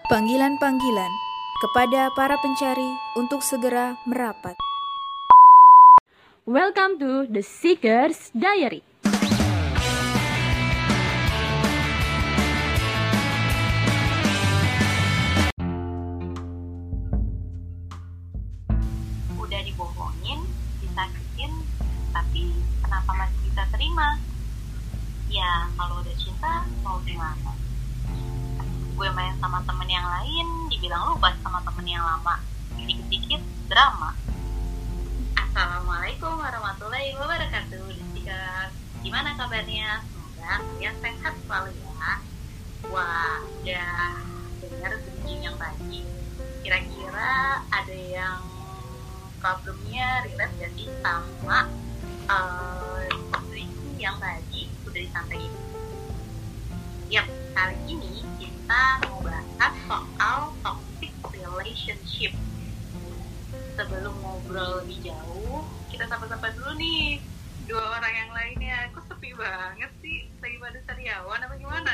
Panggilan-panggilan kepada para pencari untuk segera merapat. Welcome to The Seeker's Diary. Udah dibohongin, disakitin, tapi kenapa masih bisa terima? Ya, kalau udah cinta, mau gimana? Gue main sama temen yang lain, dibilang lupa sama temen yang lama. Dikit-dikit drama. Assalamualaikum warahmatullahi wabarakatuh. Gimana kabarnya? Semoga kalian sehat selalu ya. Wah, udah dengar bunyi yang tadi. Kira-kira ada yang problemnya relate gak sih sama berita yang tadi udah disampaikan? Yap, kali ini kita mau bahas soal toxic relationship. Sebelum ngobrol lebih jauh, kita sapa-sapa dulu nih dua orang yang lainnya. Kok sepi banget sih? Lagi pada sariawan apa gimana?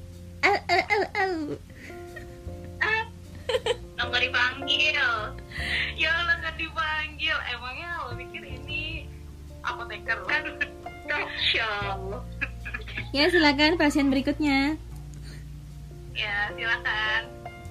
Nggak dipanggil. Ya Allah, nggak dipanggil. Emangnya lo pikir ini apoteker kan? Masya Allah. Ya, silakan pasien berikutnya. Ya, silakan.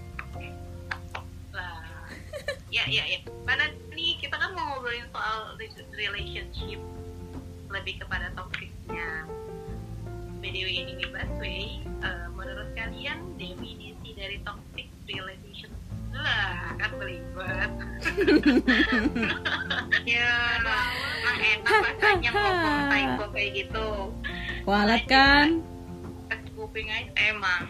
Lah. Ya. Mana nih, kita kan mau ngobrolin soal relationship, lebih kepada toksiknya. BDW ini Baswe, menurut kalian definisi dari toxic relationship? Lah, kan belibet. Ya, emang enak rasanya ngomong typo kayak gitu. Kualat kan? Kuping aja. Emang.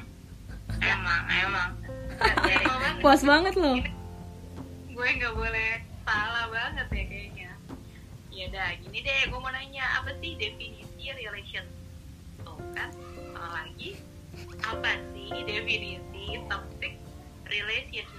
Puas banget loh. Gue nggak boleh salah banget ya kayaknya. Ya udah, gini deh, gue mau nanya, apa sih definisi relation? Tuh kan, salah lagi. Apa sih definisi toxic relationship?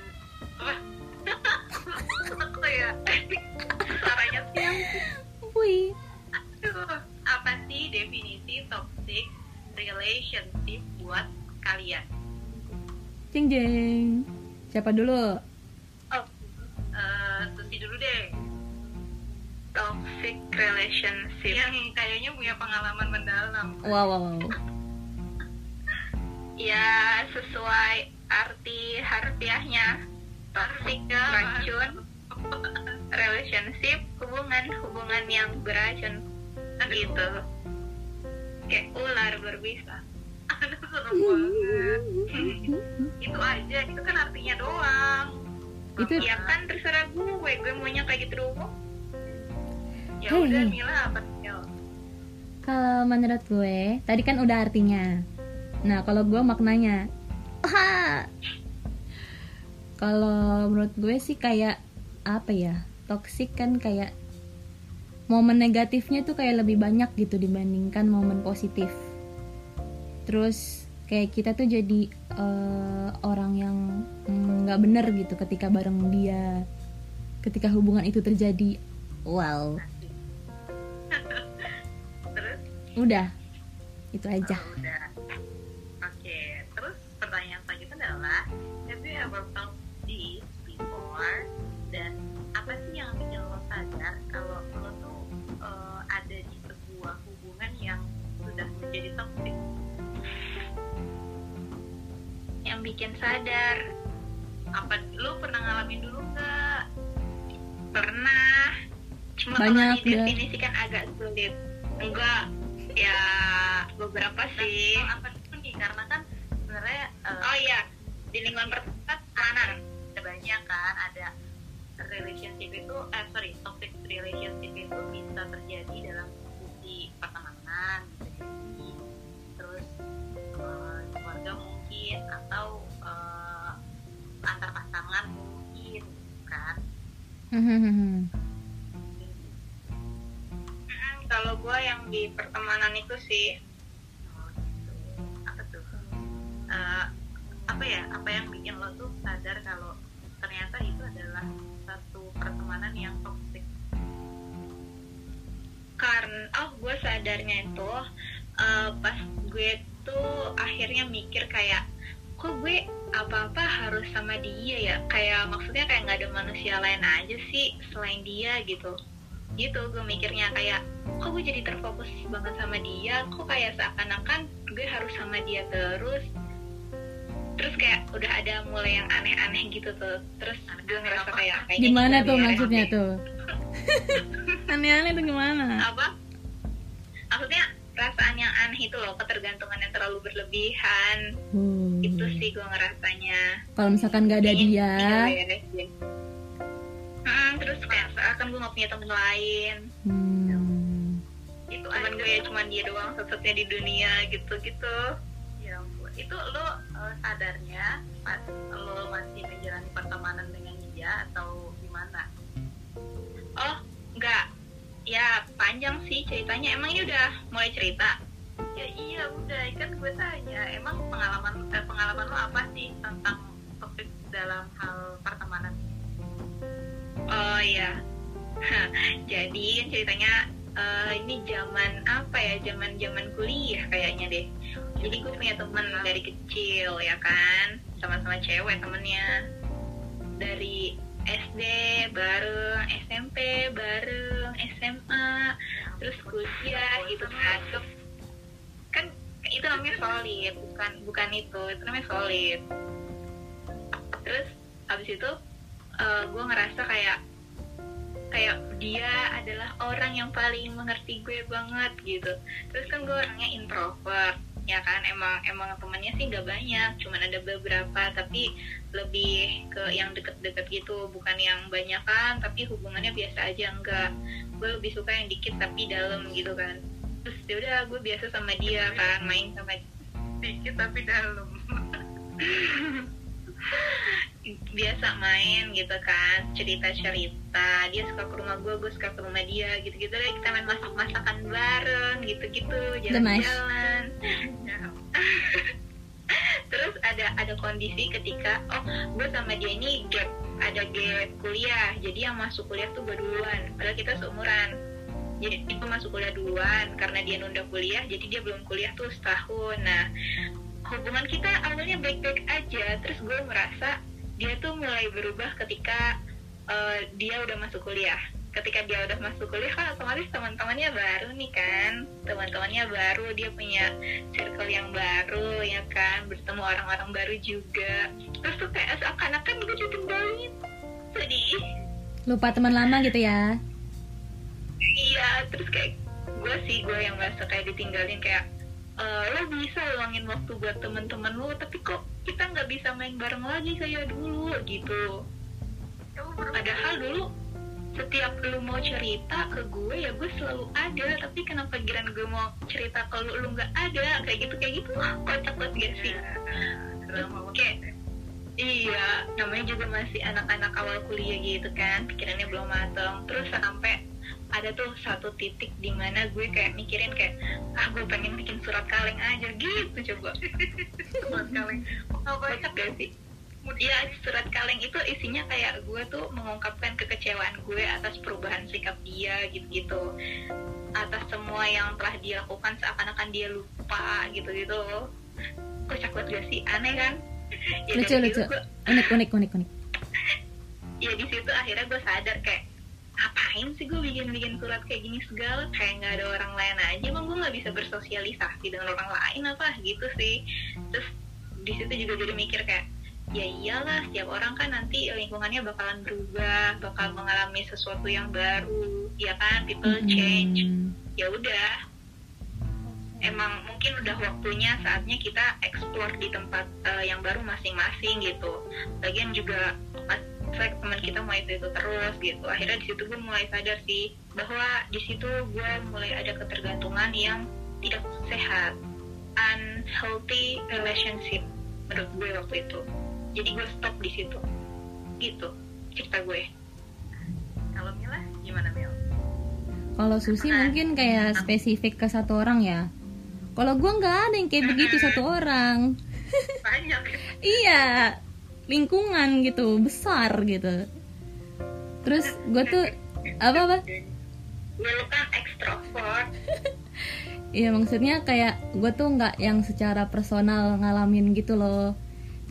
Apa ya? Suaranya siang. Wih. Aduh, apa sih definisi toxic relationship buat kalian? Jeng jeng. Siapa dulu? Susi dulu deh. Toxic relationship yang kayaknya punya pengalaman mendalam. Wow. Ya, sesuai arti harfiahnya, toxic racun, relationship hubungan yang beracun gitu, kayak ular berbisa. Aduh, serem banget. Itu aja, itu kan artinya doang. Itu Ya kan terserah gue maunya kayak gitu doang. Ya Hey. udah, Mila apa Mil? kalau menurut gue, tadi kan udah artinya. Nah, kalau gue maknanya. Kalau menurut gue sih kayak apa ya? Toxic kan kayak momen negatifnya tuh kayak lebih banyak gitu dibandingkan momen positif. Terus kayak kita tuh jadi orang yang nggak bener gitu ketika bareng dia, ketika hubungan itu terjadi. Wow. Terus? Udah, itu aja. Udah. Oke, terus pertanyaan selanjutnya adalah, have you ever felt this before? Dan apa sih yang bikin lo sadar kalau lo tuh ada di sebuah hubungan yang sudah menjadi toxic? Yang bikin sadar, apa lo pernah ngalamin dulu nggak? Pernah. Cuma Banyak kalau didefinisikan agak sulit. Enggak, ya beberapa sih. Apa itu nih, karena kan sebenarnya oh iya, di lingkungan pertemanan ada banyak kan, ada relationship itu toxic relationship itu bisa terjadi dalam sisi pertemanan, bisa jadi terus keluarga mungkin, atau antar pasangan mungkin kan. Kalau gue yang di pertemanan itu sih, apa tuh? Apa yang bikin lo tuh sadar kalau ternyata itu adalah satu pertemanan yang toksik? Karena gue sadarnya itu pas gue tuh akhirnya mikir kayak, kok gue apa-apa harus sama dia ya, kayak maksudnya kayak nggak ada manusia lain aja sih selain dia gitu gue mikirnya, kayak kok gue jadi terfokus banget sama dia, kok kayak seakan-akan gue harus sama dia terus kayak udah ada mulai yang aneh-aneh gitu tuh, terus gue ngerasa kayak gimana tuh maksudnya tuh? Aneh-aneh tuh gimana? Apa? Maksudnya perasaan yang aneh itu loh, ketergantungan yang terlalu berlebihan. Itu sih gue ngerasanya. Kalau misalkan gak ada dia, terus kayak seakan gue gak punya temen lain. Itu temen gue ya cuma dia doang satu-satunya di dunia gitu-gitu. Ya ampun. Itu lo sadarnya pas lo masih menjalani pertemanan dengan dia atau gimana? Oh enggak, ya panjang sih ceritanya. Emang ini udah mulai cerita? Ya iya udah, kan gue tanya emang pengalaman lo apa sih tentang topik dalam hal pertemanan? Oh iya. Jadi kan ceritanya ini zaman apa ya, zaman kuliah kayaknya deh. Jadi gue punya teman dari kecil ya kan, sama-sama cewek temennya, dari SD bareng, SMP bareng, SMA, terus kuliah gitu kan itu namanya solid, bukan itu namanya solid. Terus habis itu gue ngerasa kayak dia adalah orang yang paling mengerti gue banget gitu. Terus kan gue orangnya introvert ya kan, emang temannya sih nggak banyak, cuman ada beberapa, tapi lebih ke yang deket-deket gitu, bukan yang banyak kan tapi hubungannya biasa aja, enggak. Gue lebih suka yang dikit tapi dalam gitu kan. Terus yaudah gue biasa sama dia kan, main sama dikit tapi dalam. Biasa main gitu kan, cerita-cerita, dia suka ke rumah gue suka ke rumah dia, gitu-gitu deh. Kita main masak-masakan bareng gitu-gitu, jalan-jalan. Terus ada kondisi ketika gue sama dia ini ada gap kuliah, jadi yang masuk kuliah tuh gue duluan, padahal kita seumuran. Jadi gue masuk kuliah duluan karena dia nunda kuliah, jadi dia belum kuliah tuh setahun. Nah, hubungan kita awalnya baik-baik aja, terus gue merasa dia tuh mulai berubah ketika dia udah masuk kuliah. Ketika dia udah masuk kuliah kan otomatis teman-temannya baru nih kan, teman-temannya baru, dia punya circle yang baru ya kan, bertemu orang-orang baru juga. Terus tuh kayak seakan-akan gue ditinggalin, sedih. Lupa teman lama gitu ya? Iya, terus kayak gue yang merasa kayak ditinggalin, kayak lo bisa luangin waktu buat teman-teman lo, tapi kok kita nggak bisa main bareng lagi kayak dulu gitu. Padahal dulu setiap lu mau cerita ke gue ya gue selalu ada, tapi kenapa giran gue mau cerita ke lu nggak ada, kayak gitu kocak banget gak sih? Kayak iya, namanya juga masih anak-anak awal kuliah gitu kan, pikirannya belum matang. Terus sampai ada tuh satu titik di mana gue kayak mikirin kayak gue pengen bikin surat kaleng aja gitu. Coba surat kaleng kocak gak sih? Iya, surat kaleng itu isinya kayak gue tuh mengungkapkan kekecewaan gue atas perubahan sikap dia gitu-gitu, atas semua yang telah dia lakukan seakan-akan dia lupa gitu-gitu. Kocak banget gak sih? Aneh kan? Ya, lucu unik. Ya di situ akhirnya gue sadar kayak ngapain sih gue bikin surat kayak gini segala, kayak nggak ada orang lain aja, emang gue nggak bisa bersosialisasi dengan orang lain apa gitu sih. Terus di situ juga jadi mikir kayak ya iyalah, setiap orang kan nanti lingkungannya bakalan berubah, bakal mengalami sesuatu yang baru, ya kan, people change. Ya udah, emang mungkin udah waktunya saatnya kita explore di tempat yang baru masing-masing gitu. Lagian juga teman kita mau itu terus gitu. Akhirnya di situ gue mulai sadar sih bahwa di situ gue mulai ada ketergantungan yang tidak sehat, unhealthy relationship menurut gue waktu itu. Jadi gue stop di situ. Gitu cerita gue. Kalau Mila gimana, Mil? Kalau Susi mungkin kayak spesifik ke satu orang ya. Kalau gue nggak ada yang kayak begitu satu orang. Banyak. Iya, lingkungan gitu besar gitu. Terus gue tuh apa? Lu kan ekstrovert. Iya, maksudnya kayak gue tuh nggak yang secara personal ngalamin gitu loh.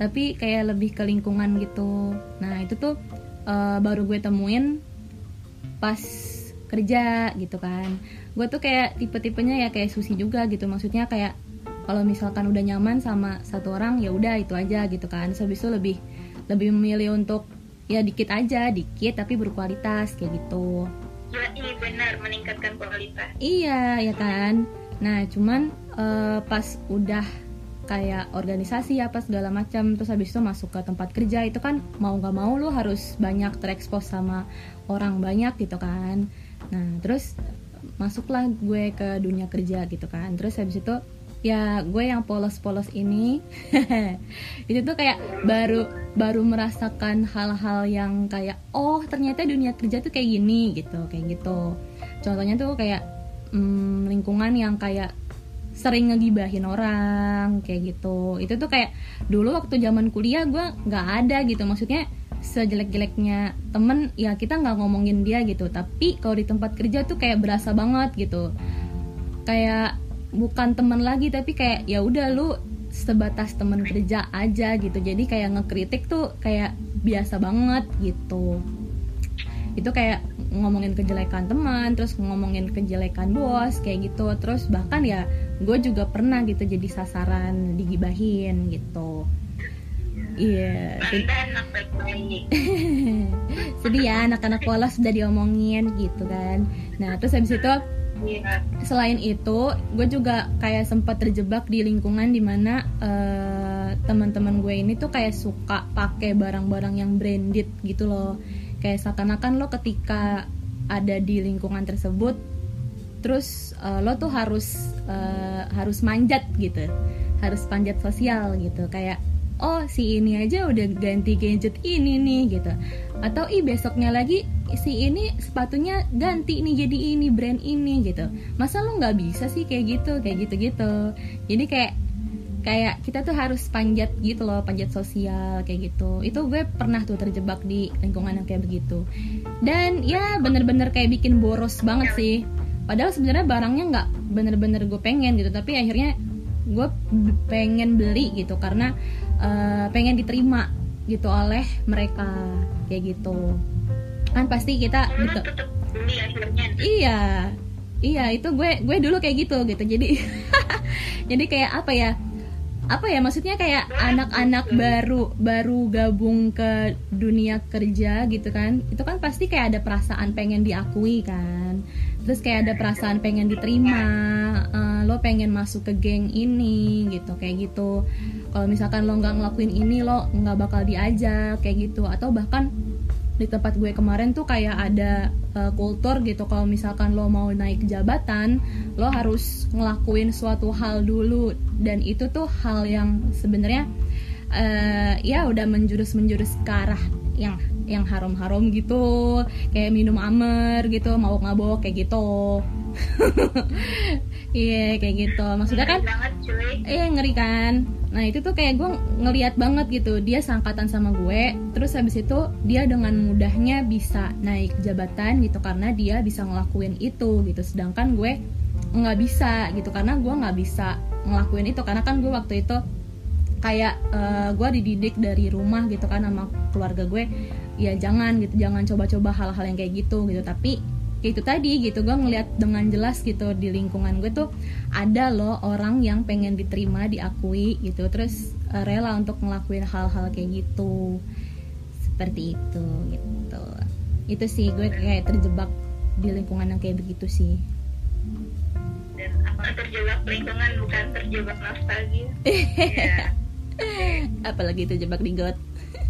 tapi kayak lebih ke lingkungan gitu. Nah itu tuh baru gue temuin pas kerja gitu kan. Gue tuh kayak tipe-tipenya ya kayak Susi juga gitu, maksudnya kayak kalau misalkan udah nyaman sama satu orang ya udah itu aja gitu kan. Habis itu lebih memilih untuk ya dikit tapi berkualitas kayak gitu. Ya iya benar, meningkatkan kualitas. Iya ya kan. Nah cuman pas udah kayak organisasi apa segala macam, terus habis itu masuk ke tempat kerja, itu kan mau nggak mau lu harus banyak terekspos sama orang banyak gitu kan. Nah terus masuklah gue ke dunia kerja gitu kan. Terus habis itu ya gue yang polos-polos ini itu tuh kayak baru merasakan hal-hal yang kayak oh ternyata dunia kerja tuh kayak gini gitu, kayak gitu. Contohnya tuh kayak lingkungan yang kayak sering ngegibahin orang kayak gitu. Itu tuh kayak dulu waktu zaman kuliah gue nggak ada gitu, maksudnya sejelek-jeleknya temen ya kita nggak ngomongin dia gitu, tapi kalau di tempat kerja tuh kayak berasa banget gitu, kayak bukan teman lagi tapi kayak ya udah lu sebatas teman kerja aja gitu. Jadi kayak ngekritik tuh kayak biasa banget gitu. Itu kayak ngomongin kejelekan teman, terus ngomongin kejelekan bos kayak gitu. Terus bahkan ya gue juga pernah gitu jadi sasaran digibahin gitu. Iya. Sedih ya anak-anak polos sudah diomongin gitu kan. Nah terus habis itu selain itu, gue juga kayak sempat terjebak di lingkungan dimana teman-teman gue ini tuh kayak suka pakai barang-barang yang branded gitu loh. Kayak seakan-akan lo ketika ada di lingkungan tersebut, terus lo tuh harus manjat gitu, harus panjat sosial gitu. Kayak oh si ini aja udah ganti gadget ini nih gitu, atau besoknya lagi si ini sepatunya ganti nih jadi ini brand ini gitu. Masa lo nggak bisa sih kayak gitu. Jadi kayak kita tuh harus panjat gitu loh, panjat sosial kayak gitu. Itu gue pernah tuh terjebak di lingkungan yang kayak begitu. Dan ya bener-bener kayak bikin boros banget sih. Padahal sebenarnya barangnya nggak bener-bener gue pengen gitu, tapi akhirnya gue pengen beli gitu karena pengen diterima gitu oleh mereka kayak gitu. Kan pasti kita gitu. Iya itu gue dulu kayak gitu. Jadi jadi kayak apa ya maksudnya kayak anak-anak baru gabung ke dunia kerja gitu kan, itu kan pasti kayak ada perasaan pengen diakui kan, terus kayak ada perasaan pengen diterima, lo pengen masuk ke geng ini gitu kayak gitu. Kalau misalkan lo nggak ngelakuin ini lo nggak bakal diajak kayak gitu. Atau bahkan di tempat gue kemarin tuh kayak ada kultur gitu, kalau misalkan lo mau naik jabatan lo harus ngelakuin suatu hal dulu, dan itu tuh hal yang sebenarnya ya udah menjurus ke arah yang haram-haram gitu, kayak minum amer gitu, mabok-mabok kayak gitu. Iya kayak gitu, maksudnya kan ngeri kan. Nah itu tuh kayak gue ngeliat banget gitu, dia seangkatan sama gue, terus habis itu dia dengan mudahnya bisa naik jabatan gitu karena dia bisa ngelakuin itu gitu, sedangkan gue nggak bisa gitu karena gue nggak bisa ngelakuin itu karena kan gue waktu itu kayak gue dididik dari rumah gitu kan sama keluarga gue, ya jangan coba-coba hal-hal yang kayak gitu. Tapi itu tadi gitu, gue ngeliat dengan jelas gitu di lingkungan gue tuh ada loh orang yang pengen diterima, diakui gitu, terus rela untuk ngelakuin hal-hal kayak gitu, seperti itu gitu. Itu sih gue kayak terjebak di lingkungan yang kayak begitu sih. Dan apa terjebak lingkungan, bukan terjebak nostalgia. Yeah. Apalagi terjebak di got.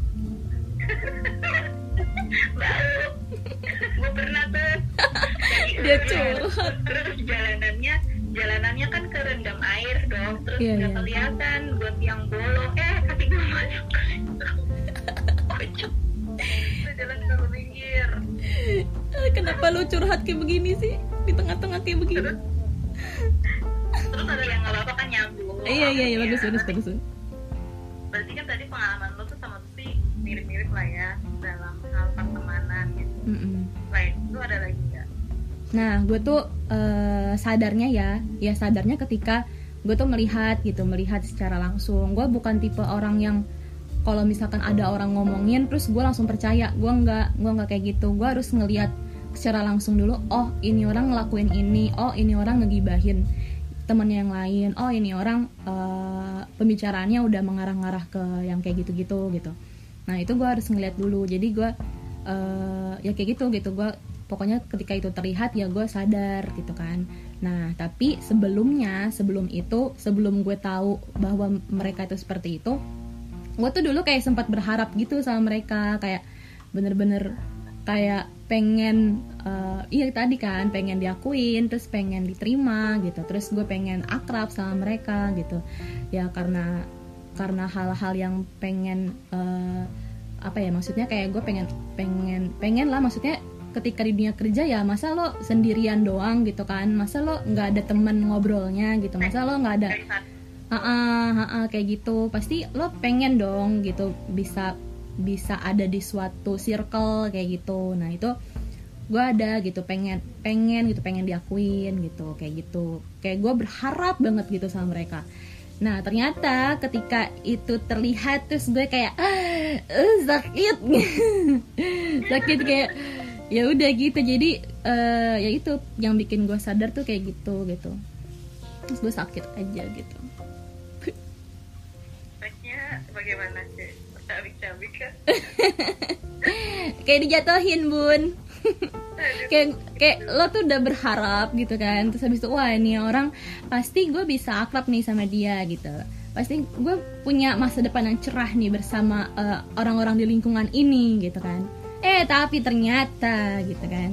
Baru gue pernah tuh dia curhat, terus jalanannya kan kerendam air dong, terus nggak kelihatan buat yang bolong, kaki gue masuk ke situ. Kocok. Jalan ke pinggir. Kenapa lu curhat kayak begini sih di tengah-tengah kayak begini? Terus ada yang nggak apa-apa kan nyambung. Iya bagus. Berarti kan tadi pengalaman lo tuh sama Tuti mirip-mirip lah ya dalam hal pertemanan gitu. Lain itu ada lagi nggak? Nah gue tuh sadarnya ketika gue tuh melihat secara langsung. Gue bukan tipe orang yang kalau misalkan ada orang ngomongin terus gue langsung percaya. Gue nggak kayak gitu. Gue harus ngelihat secara langsung dulu, oh ini orang ngelakuin ini, oh ini orang ngegibahin temannya yang lain, oh ini orang pembicaraannya udah mengarah-ngarah ke yang kayak gitu-gitu gitu. Nah itu gue harus ngeliat dulu. Jadi gue ya kayak gitu gue pokoknya ketika itu terlihat ya gue sadar gitu kan. Nah tapi sebelum gue tahu bahwa mereka itu seperti itu, gue tuh dulu kayak sempat berharap gitu sama mereka, kayak bener-bener kayak pengen iya tadi kan, pengen diakuin, terus pengen diterima gitu, terus gue pengen akrab sama mereka gitu ya, karena hal-hal yang pengen apa ya, maksudnya kayak gue pengen lah, maksudnya ketika di dunia kerja ya masa lo sendirian doang gitu kan, masa lo nggak ada temen ngobrolnya gitu, masa lo nggak ada kayak gitu, pasti lo pengen dong gitu bisa ada di suatu circle kayak gitu. Nah itu gue ada gitu, pengen gitu, pengen diakuin gitu, kayak gitu, kayak gue berharap banget gitu sama mereka. Nah ternyata ketika itu terlihat terus gue kayak sakit sakit kayak ya udah gitu. Jadi ya itu yang bikin gue sadar tuh kayak gitu terus gue sakit aja gitu. Efeknya bagaimana sih? Cabik-cabik kan? Kayak dijatuhin bun. kayak lo tuh udah berharap gitu kan, terus habis itu wah ini orang pasti gue bisa akrab nih sama dia gitu, pasti gue punya masa depan yang cerah nih bersama orang-orang di lingkungan ini gitu kan. Tapi ternyata gitu kan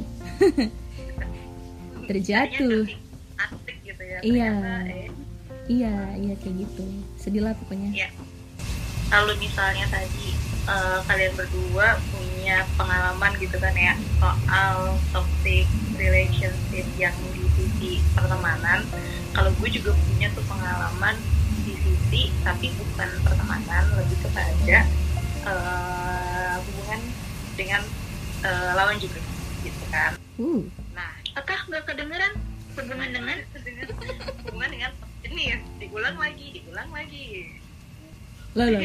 terjatuh. Asik gitu ya. Iya kayak gitu, sedih lah pokoknya. Iya. Kalau misalnya tadi kalian berdua punya pengalaman gitu kan ya soal toxic relationship yang di sisi pertemanan, kalau gue juga punya tuh pengalaman di sisi tapi bukan pertemanan, lebih kepada hubungan dengan lawan jenis gitu kan. Nah, apakah nggak kedengeran hubungan dengan jenis? Diulang lagi. Loh.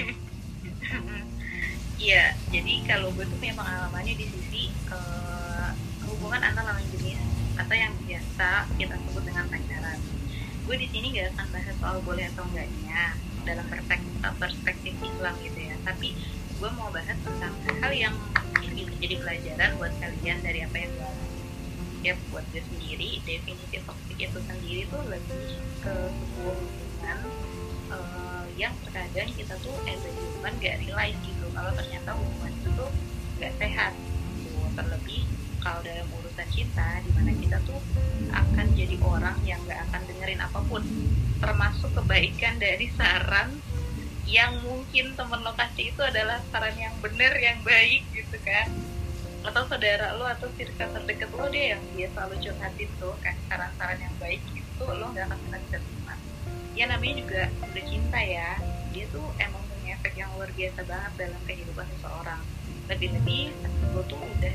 Iya, jadi kalau gue tuh punya pengalamannya di sisi hubungan antar lawan jenis atau yang biasa kita sebut dengan pacaran. Gue di sini gak akan bahas soal boleh atau enggaknya dalam perspektif Islam gitu ya, tapi gue mau bahas tentang hal yang bisa jadi pelajaran buat kalian dari apa yang gue alami. Ya buat gue sendiri, definisi toxic itu sendiri tuh lebih ke sebuah hubungan yang terkadang kita tuh as a human gak realize gitu kalau ternyata hubungan itu tuh gak sehat gitu. Terlebih kalau dalam urusan cinta, dimana kita tuh akan jadi orang yang gak akan dengerin apapun, termasuk kebaikan dari saran yang mungkin temen lo kasih itu adalah saran yang bener, yang baik gitu kan, atau saudara lo atau circle terdekat lo dia yang biasa lo curhatin tuh kasih saran-saran yang baik itu, lo gak akan pernah bisa terima. Ya namanya juga udah cinta ya, dia tuh emang punya efek yang luar biasa banget dalam kehidupan seseorang. Lebih-lebih gue tuh udah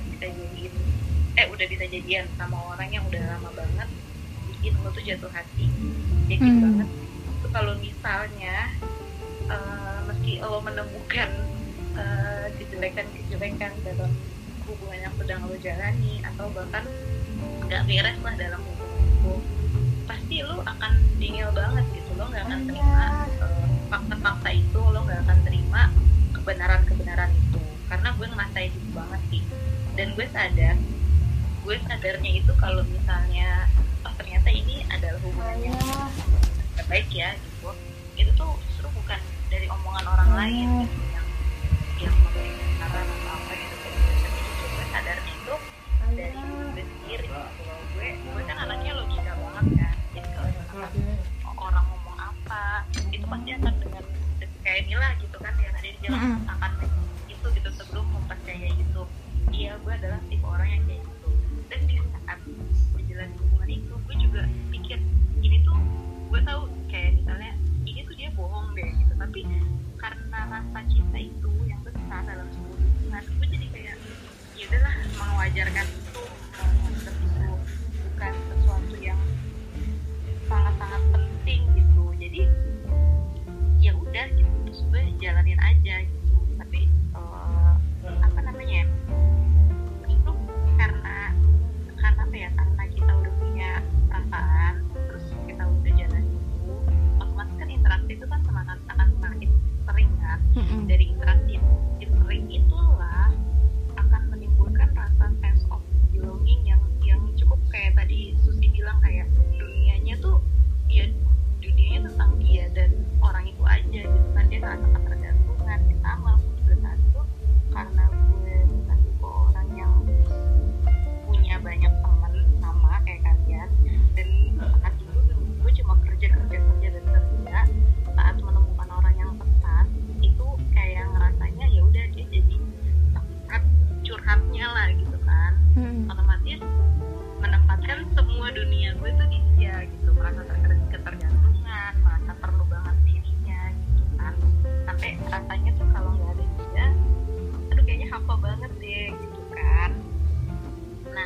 bisa jadian sama orang yang udah lama banget, bikin lo tuh jatuh hati, yakin banget tuh kalau misalnya meski lo menemukan kejelekan dalam hubungan yang sedang lo jalani, atau bahkan nggak beres lah dalam hubungan itu, pasti lo akan dingin banget gitu. Lo nggak akan terima fakta-fakta itu, lo nggak akan terima kebenaran itu, karena gue ngerasain itu banget sih. Dan gue sadarnya itu kalau misalnya ternyata ini adalah hubungan yang baik ya gitu, itu tuh justru bukan dari omongan orang lain gitu, yang memberikan saran atau apa gitu. Tapi justru gue sadarnya itu dari gue sendiri gitu. Gue kan anaknya logika banget kan, jadi kalau misalkan orang ngomong apa itu pasti akan dengan kayak Mila gitu kan, yang ada di jalan akan itu gitu sebelum mempercayai itu. Iya, gue adalah tipe orang yang kayak gitu. Dan di saat menjalani hubungan itu, gue juga pikir ini tuh, gue tahu kayak misalnya ini tuh dia bohong deh gitu, tapi karena rasa cinta itu yang besar dalam sebuah hubungan, gue jadi kayak ya udahlah, mengajarkan itu, menganggap itu bukan sesuatu yang sangat-sangat penting gitu. Jadi ya udah gitu, terus gue jalanin aja gitu. Tapi apa namanya, itu karena apa ya, karena kita udah punya perasaan, terus kita udah jalan itu, otomatis kan interaksi itu kan akan semakin sering kan. Dari interaksi sering itulah akan menimbulkan rasa sense of belonging yang cukup, kayak tadi Susi bilang, kayak dunianya tuh ya dunianya tentang dia dan orang itu aja gitu kan. Dia ngerasa ketergantungan. Sama gue saat itu, karena gue bukan tipe orang yang punya banyak teman sama kayak kalian, dan saat itu gue cuma kerja dan kerja. Saat menemukan orang yang tepat itu kayak ngerasanya ya udah, dia jadi tempat curhatnya lah gitu kan. Otomatis menempatkan semua dunia gue tuh di dia gitu, merasa ketergantungan, merasa perlu banget dirinya gitu kan. Sampai rasanya tuh kalau nggak ada dia, aduh kayaknya hampa banget deh gitu kan. Nah,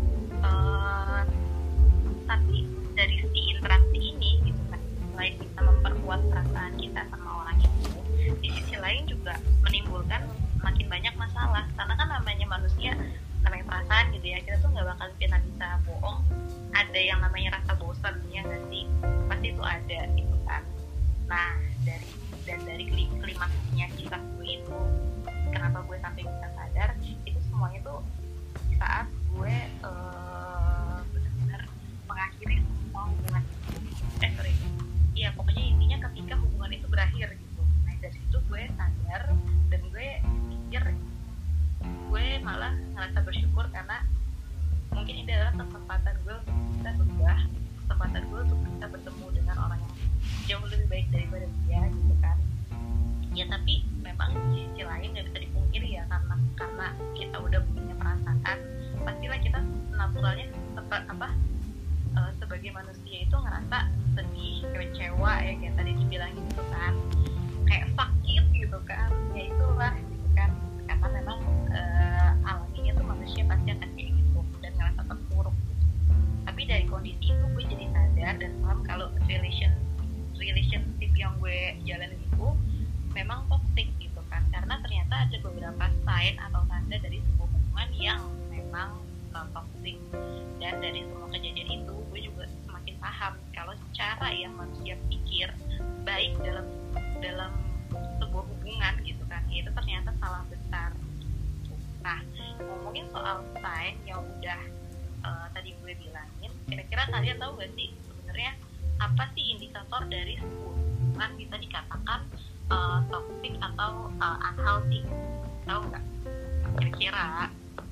tapi dari si interaksi ini gitu kan, selain bisa memperkuat perasaan kita sama orang itu, di sisi lain juga menimbulkan makin banyak masalah. Karena kan namanya manusia, namanya perasaan gitu ya, kita tuh nggak bakal bisa bohong. Ada yang namanya rasa bosan ya nggak sih, pasti itu ada gitu kan. Nah, dari klimaksnya kisah gue itu, kenapa gue sampai bisa sadar, itu semuanya tuh saat gue benar-benar mengakhiri semua hubungan iya pokoknya intinya ketika hubungan itu berakhir gitu. Nah dari situ gue sadar dan gue mikir, gue malah ngerasa bersyukur karena mungkin ini adalah kesempatan gue untuk bisa berubah, kesempatan gue untuk bisa bertemu dengan orang yang jauh lebih baik daripada dia gitu kan. Ya tapi memang di sisi lain nggak bisa dipungkiri ya, karena kita udah punya perasaan, pastilah kita naturalnya sebagai manusia itu ngerasa sedih, kecewa ya kayak tadi dibilang gitu kan, kayak sakit gitu kan. Ya itulah gitu kan, karena memang alaminya tuh manusia pasti akan kayak gitu dan ngerasa terpuruk gitu. Tapi dari kondisi itu gue jadi sadar dan paham kalau relationship yang gue jalanin itu memang toxic gitu kan. Karena ternyata ada beberapa sign atau tanda dari sebuah hubungan yang memang toxic. Dan dari semua kejadian itu gue juga semakin paham kalau cara yang manusia pikir baik dalam sebuah hubungan gitu kan, itu ternyata salah besar. Nah, ngomongin soal sign yang udah tadi gue bilangin, kira-kira kalian tahu gak sih sebenarnya apa sih indikator dari sebuah hubungan bisa dikatakan toxic atau unhealthy? Tahu nggak? Kira-kira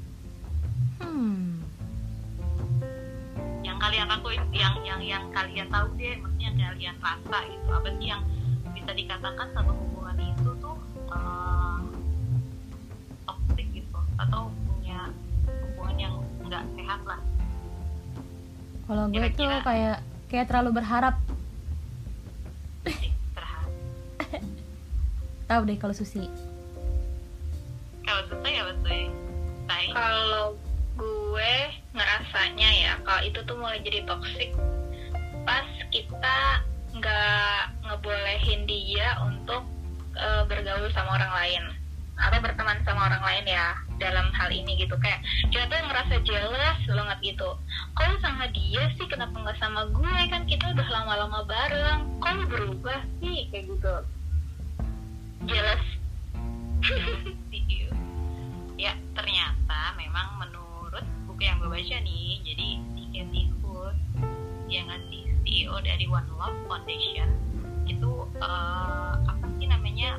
yang kalian lakuin, yang kalian tahu deh, maksudnya yang kalian rasa gitu, apa sih yang bisa dikatakan satu hubungan itu tuh toxic gitu, atau punya hubungan yang nggak sehat lah? Kalau gue tuh kayak terlalu berharap. Tahu deh kalau Susi. Kalau Susi ya betul. Kalau gue ngerasanya ya, kalau itu tuh mulai jadi toksik pas kita nggak ngebolehin dia untuk bergaul sama orang lain atau berteman sama orang lain ya dalam hal ini gitu. Kayak kita tuh ngerasa jealous banget gitu, kok lu sama dia sih, kenapa nggak sama gue, kan kita udah lama-lama bareng, kok lu berubah sih, kayak gitu. Jealous. Ya ternyata memang menurut buku yang gue baca nih, jadi si Katie Hood yang ngasih CEO dari One Love Foundation itu apa sih namanya,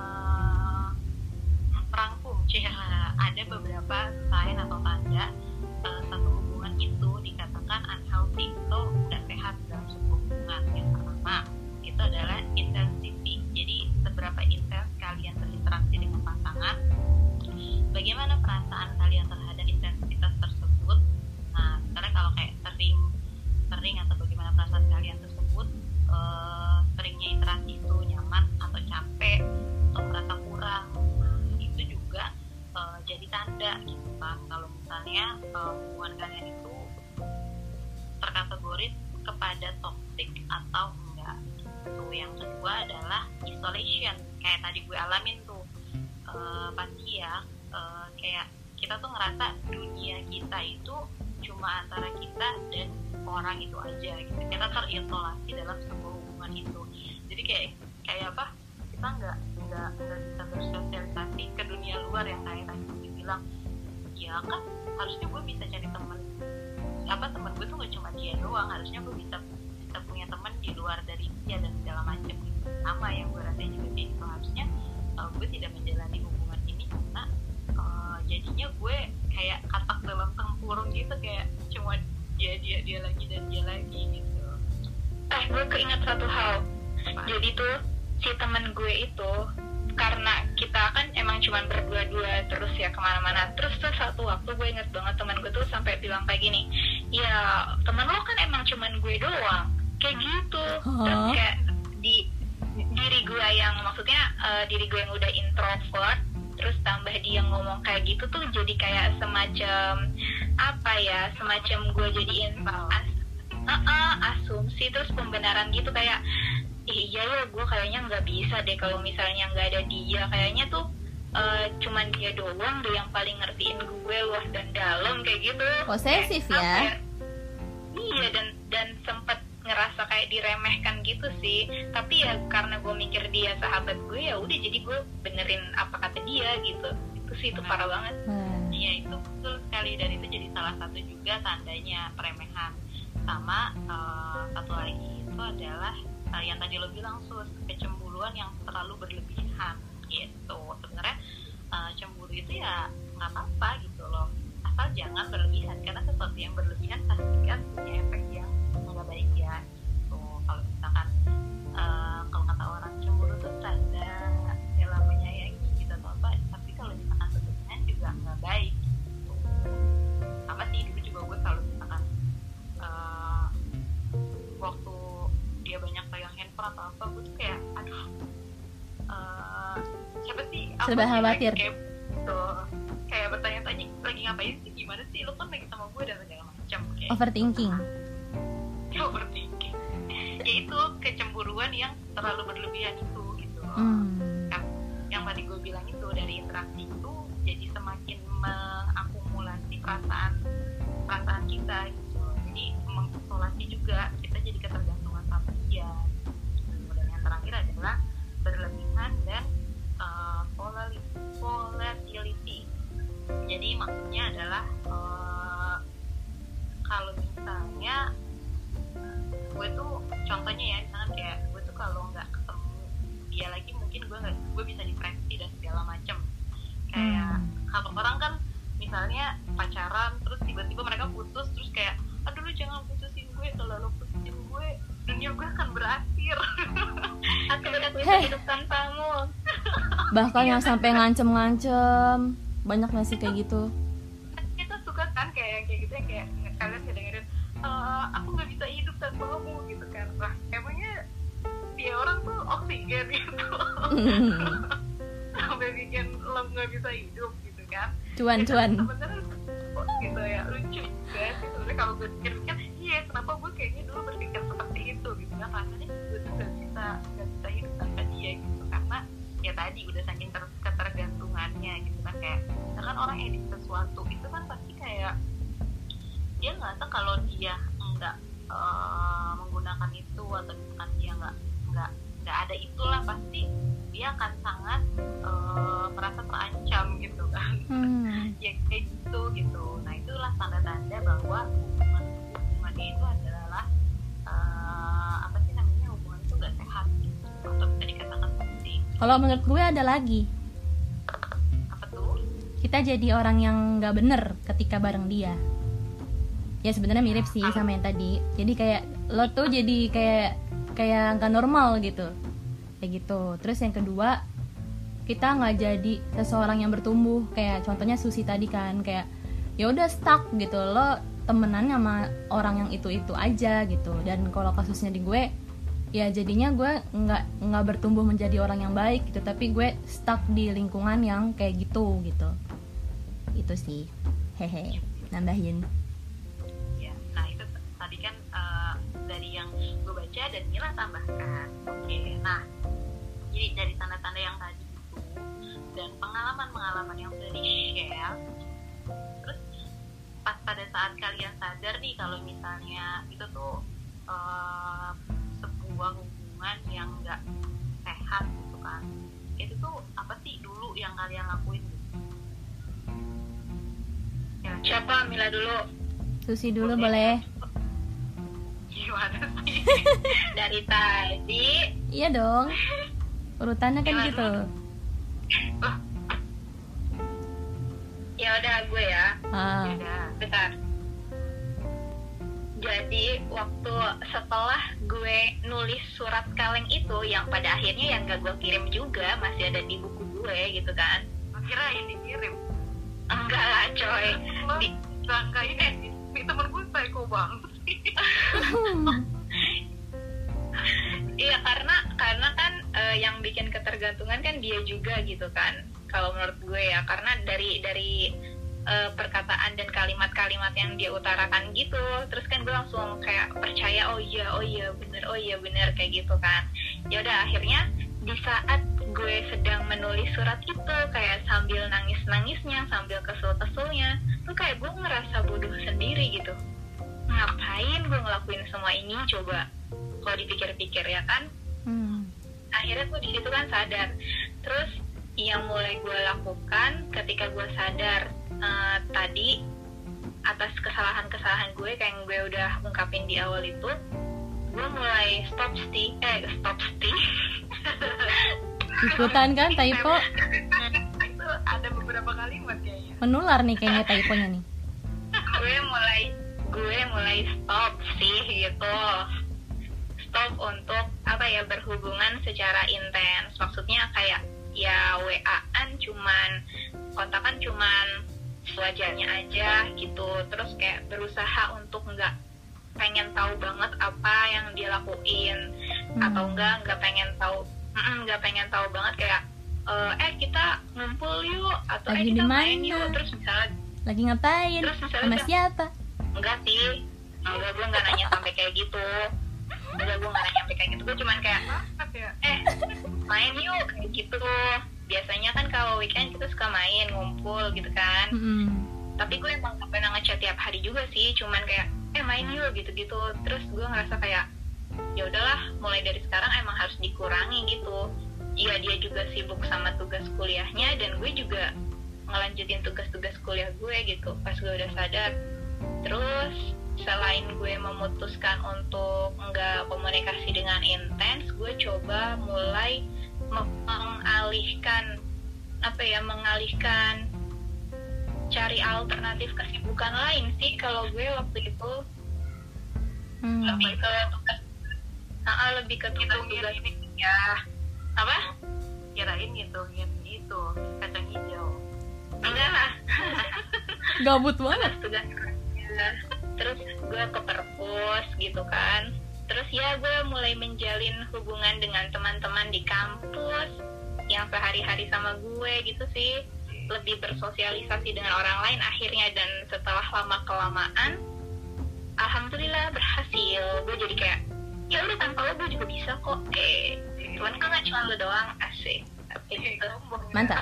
merangkum ada beberapa sign atau tanda satu hubungan itu dikatakan unhealthy atau tidak sehat dalam sebuah hubungan. Yang pertama itu adalah intensity, jadi seberapa intens kalian berinteraksi dengan pasangan, bagaimana perasaan kalian terhadap intensitas tersebut. Nah sekarang kalau kayak sering atau bagaimana perasaan kalian tersebut, seringnya interaksi itu nyaman atau capek atau merasa kurang. Nah itu juga jadi tanda gitu kan, kalau misalnya hubungan kalian itu terkategoris kepada toxic atau enggak. Itu yang kedua kedua adalah isolation, kayak tadi gue alamin tuh. Pasti ya, kayak kita tuh ngerasa dunia kita itu cuma antara kita dan orang itu aja gitu. Kita terisolasi dalam sebuah hubungan itu. Jadi kayak apa? Kita nggak bisa bersosialisasi ke dunia luar yang kayak tadi gue bilang. Ya kan harusnya gue bisa cari teman gue tuh nggak cuma dia doang, harusnya gue bisa punya teman di luar dari dia dan segala macam gitu. Sama yang gue rasain juga sih, itu harusnya gue tidak menjalani hubungan ini karena jadinya gue kayak katak dalam tempurung gitu, kayak cuma dia lagi dan dia lagi gitu. Gue keinget satu hal. Jadi tuh si teman gue itu, karena kita kan emang cuman berdua-dua terus ya kemana-mana. Terus tuh satu waktu gue inget banget teman gue tuh sampai bilang kayak gini, ya teman lo kan emang cuman gue doang, kayak gitu. Terus kayak di diri gue yang maksudnya diri gue yang udah introvert, terus tambah dia ngomong kayak gitu tuh jadi kayak semacam apa ya, semacam gue jadiin asumsi terus pembenaran gitu, kayak iya ya gue kayaknya nggak bisa deh kalau misalnya nggak ada dia, kayaknya tuh cuman dia doang deh yang paling ngertiin gue luas dan dalam kayak gitu. Posesif ya. Iya, dan sempet ngerasa kayak diremehkan gitu sih. Tapi ya karena gue mikir dia sahabat gue, ya udah jadi gue benerin apa kata dia gitu. Itu sih itu parah banget. Iya itu betul sekali, dan itu jadi salah satu juga tandanya peremehan. Sama satu lagi itu adalah yang tadi lo bilang Sus, kecemburuan yang terlalu berlebihan gitu. Sebenarnya cemburu itu ya nggak apa-apa gitu loh, asal jangan berlebihan, karena sesuatu yang berlebihan pasti kan punya efek yang nggak baik ya gitu. Kalau misalkan kalau kata orang cemburu tuh tanda rela menyayangi gitu atau apa, tapi kalau misalkan berlebihan juga nggak baik gitu. Sama sih dulu juga gue kalau misalkan waktu dia banyak pegang handphone atau apa, gue tuh kayak aduh siapa sih, serba khawatir kayak bertanya-tanya lagi ngapain sih, gimana sih lo kan lagi sama gue dan segala macam, kayak Overthinking. Ya itu kecemburuan yang terlalu berlebihan itu gitu loh. Yang tadi gue bilang itu, dari interaksi itu jadi semakin mengakumulasi perasaan kita gitu, jadi mengisolasi juga, kita jadi ketergantungan sama dia. Dan yang terakhir adalah berlebihan dan volatility. Jadi maksudnya adalah kalau misalnya gue tuh contohnya ya, misalkan kayak gue tuh kalau nggak ketemu dia lagi mungkin gue bisa depresi dan segala macem. Kayak kalau orang kan misalnya pacaran terus tiba-tiba mereka putus, terus kayak aduh lu jangan putusin gue, kalau lu putusin gue dunia gue akan berakhir. Aku udah bisa hidup tanpamu. Bahkan yang sampai ngancem-ngancem, banyak nggak sih kayak gitu? Kita suka kan kayak gitu ya, kayak kalian dengerin aku nggak bisa hidup tanpamu gitu kan. Nah emangnya dia orang tuh oksigen gitu. Sampai bikin lo nggak bisa hidup gitu kan. Cuan sebenarnya gitu ya, lucu juga gitu. Kalau gue pikir-pikir, iya kenapa gue kayaknya dulu berpikir seperti itu gitu kan, rasanya gue tuh nggak bisa hidup tanpa dia gitu, karena ya tadi udah saking ketergantungannya gitu kan. Kayak kan orang edit sesuatu itu kan pasti kayak dia ngerasa kalau dia nggak menggunakan itu, atau misalkan dia nggak ada itulah, pasti dia akan sangat merasa terancam gitu kan. Ya kayak gitu. Nah itulah tanda-tanda bahwa hubungannya itu adalah apa sih namanya, hubungan itu nggak sehat gitu, atau bisa dikatakan toksik. Kalau menurut gue ada lagi. Apa tuh? Kita jadi orang yang nggak bener ketika bareng dia. Ya sebenarnya mirip sih sama yang tadi. Jadi kayak lo tuh jadi kayak nggak normal gitu, kayak gitu. Terus yang kedua, kita nggak jadi seseorang yang bertumbuh. Kayak contohnya Susi tadi kan, kayak ya udah stuck gitu, lo temenan sama orang yang itu aja gitu. Dan kalau kasusnya di gue, ya jadinya gue nggak bertumbuh menjadi orang yang baik gitu, tapi gue stuck di lingkungan yang kayak gitu. Itu sih, hehe, nambahin. Ya, nah itu tadi kan dari yang gue baca dan Mila tambahkan. Oke, nah pengalaman yang udah di-share. Terus pas pada saat kalian sadar nih kalau misalnya itu tuh sebuah hubungan yang nggak sehat gitu kan, itu tuh apa sih dulu yang kalian lakuin gitu? Ya, Siapa? Mila dulu. Susi dulu boleh. gimana sih? Dari tadi. Iya dong, urutannya kan Gimana? gitu. Ya udah gue ya. Udah. Bentar. Jadi waktu setelah gue nulis surat kaleng itu, yang pada akhirnya yang gak gue kirim juga, masih ada di buku gue gitu kan. Kirain dikirim. Enggak lah coy. Di, Bangga ini temen gue psycho banget. iya karena kan yang bikin ketergantungan kan dia juga gitu kan. Kalau menurut gue ya, karena dari perkataan dan kalimat-kalimat yang dia utarakan gitu, terus kan gue langsung kayak percaya, oh iya bener kayak gitu kan. Ya udah, akhirnya di saat gue sedang menulis surat itu, kayak sambil nangis-nangisnya, sambil kesel-keselnya, tuh kayak gue ngerasa bodoh sendiri gitu. Ngapain gue ngelakuin semua ini coba? Kalau dipikir-pikir ya kan. Akhirnya gue di situ kan sadar. Terus yang mulai gue lakukan ketika gue sadar tadi atas kesalahan-kesalahan gue kayak yang gue udah ungkapin di awal itu, gue mulai stop stick Ikutan kan typo? Itu ada beberapa kalimat kayaknya. Menular nih kayaknya typonya nih. gue mulai stop sih gitu. Stop untuk berhubungan secara intens. Maksudnya kayak ya WA-an kontakan cuman sewajarnya aja gitu. Terus kayak berusaha untuk nggak pengen tahu banget apa yang dia lakuin, atau nggak pengen tahu banget kayak kita ngumpul yuk, atau lagi kita di main mana? yuk, terus misalnya Lagi ngapain? Terus misalnya Sama udah- siapa? enggak sih, gue nggak nanya sampai kayak gitu. Gue nggak nanya sampai kayak gitu, gue cuman kayak main yuk kayak gitu. Biasanya kan kalau weekend kita suka main, ngumpul gitu kan. Tapi gue emang gak pernah ngechat tiap hari juga sih, cuman kayak main yuk gitu-gitu. Terus gue ngerasa kayak ya udahlah, mulai dari sekarang emang harus dikurangi gitu. Iya, dia juga sibuk sama tugas kuliahnya, dan gue juga ngelanjutin tugas-tugas kuliah gue gitu pas gue udah sadar. Terus selain gue memutuskan untuk nggak komunikasi dengan intens, gue coba mulai mengalihkan cari alternatif kesibukan lain sih. Kalau gue waktu itu lebih ke tugas, lebih ke tugas ini ya. Apa? Kirain ngitungin itu kacang hijau. Enggak lah. Gabut banget. Tugas kerja. Terus gue ke perpus gitu kan. Terus ya gue mulai menjalin hubungan dengan teman-teman di kampus yang sehari-hari sama gue gitu sih. Lebih bersosialisasi dengan orang lain akhirnya, dan setelah lama-kelamaan alhamdulillah berhasil. Gue jadi kayak ya udah, tanpa lo gue juga bisa kok. Tuhan kan gak cuma lo doang, asik. Gitu. Mantap.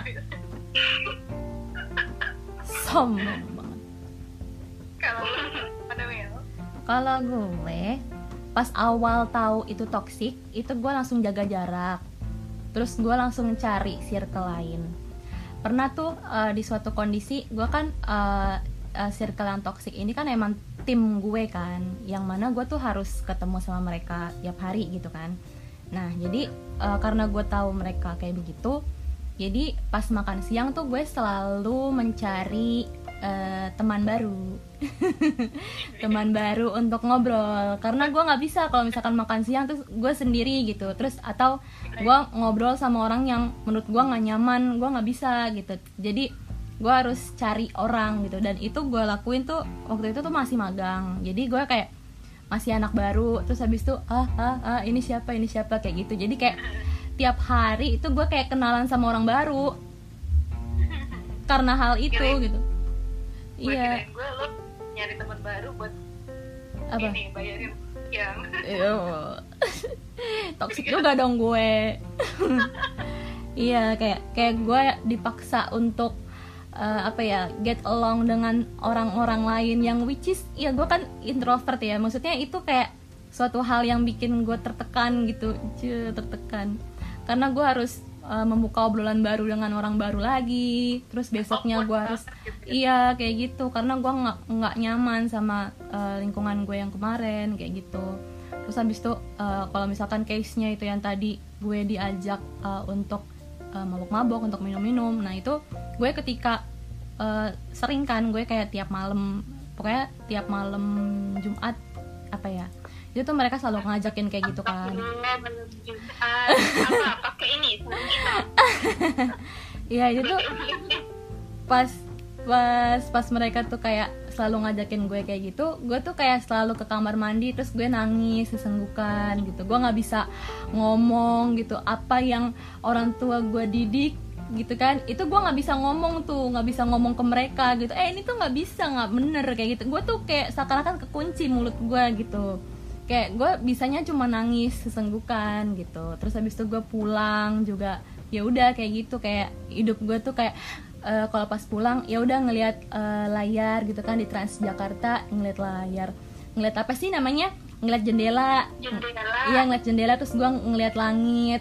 Sombong banget. Kalau ada Mel, Kalau gue pas awal tahu itu toksik, itu gue langsung jaga jarak. Terus gue langsung cari circle lain. Pernah tuh di suatu kondisi gue kan circle yang toksik ini kan emang tim gue kan, yang mana gue tuh harus ketemu sama mereka tiap hari gitu kan. Nah jadi karena gue tahu mereka kayak begitu, jadi pas makan siang tuh gue selalu mencari teman baru teman baru untuk ngobrol, karena gue nggak bisa kalau misalkan makan siang tuh gue sendiri gitu, terus atau gue ngobrol sama orang yang menurut gue nggak nyaman, gue nggak bisa gitu. Jadi gue harus cari orang gitu, dan itu gue lakuin tuh waktu itu tuh masih magang, jadi gue kayak masih anak baru, terus habis itu ini siapa kayak gitu. Jadi kayak tiap hari itu gue kayak kenalan sama orang baru karena hal itu gitu. Iya. gue lo nyari teman baru buat Apa? ini bayarin yang Toksik juga dong gue. Iya, kayak gue dipaksa untuk get along dengan orang-orang lain yang which is ya gue kan introvert ya, maksudnya itu kayak suatu hal yang bikin gue tertekan gitu, tertekan karena gue harus membuka obrolan baru dengan orang baru lagi, terus besoknya gue harus iya kayak gitu karena gue nggak nyaman sama lingkungan gue yang kemarin kayak gitu. Terus habis itu kalau misalkan case-nya itu yang tadi gue diajak untuk mabok-mabok, untuk minum-minum, nah itu gue ketika sering kan gue kayak tiap malam, pokoknya tiap malam Jumat apa ya, itu tuh mereka selalu ngajakin kayak gitu kan. Apa pakai ini Iya itu tuh pas mereka tuh kayak selalu ngajakin gue kayak gitu, gue tuh kayak selalu ke kamar mandi terus gue nangis sesenggukan gitu. Gue nggak bisa ngomong gitu apa yang orang tua gue didik gitu kan, itu gue nggak bisa ngomong tuh, nggak bisa ngomong ke mereka gitu. Ini tuh nggak bisa, nggak bener kayak gitu. Gue tuh kayak seakan-akan kekunci mulut gue gitu. Kayak gue bisanya cuma nangis sesenggukan gitu. Terus habis itu gue pulang juga ya udah kayak gitu, kayak hidup gue tuh kayak kalau pas pulang ya udah ngelihat layar gitu kan di Transjakarta, ngelihat layar, ngelihat apa sih namanya, ngelihat jendela. Iya ngelihat jendela terus gue ngelihat langit.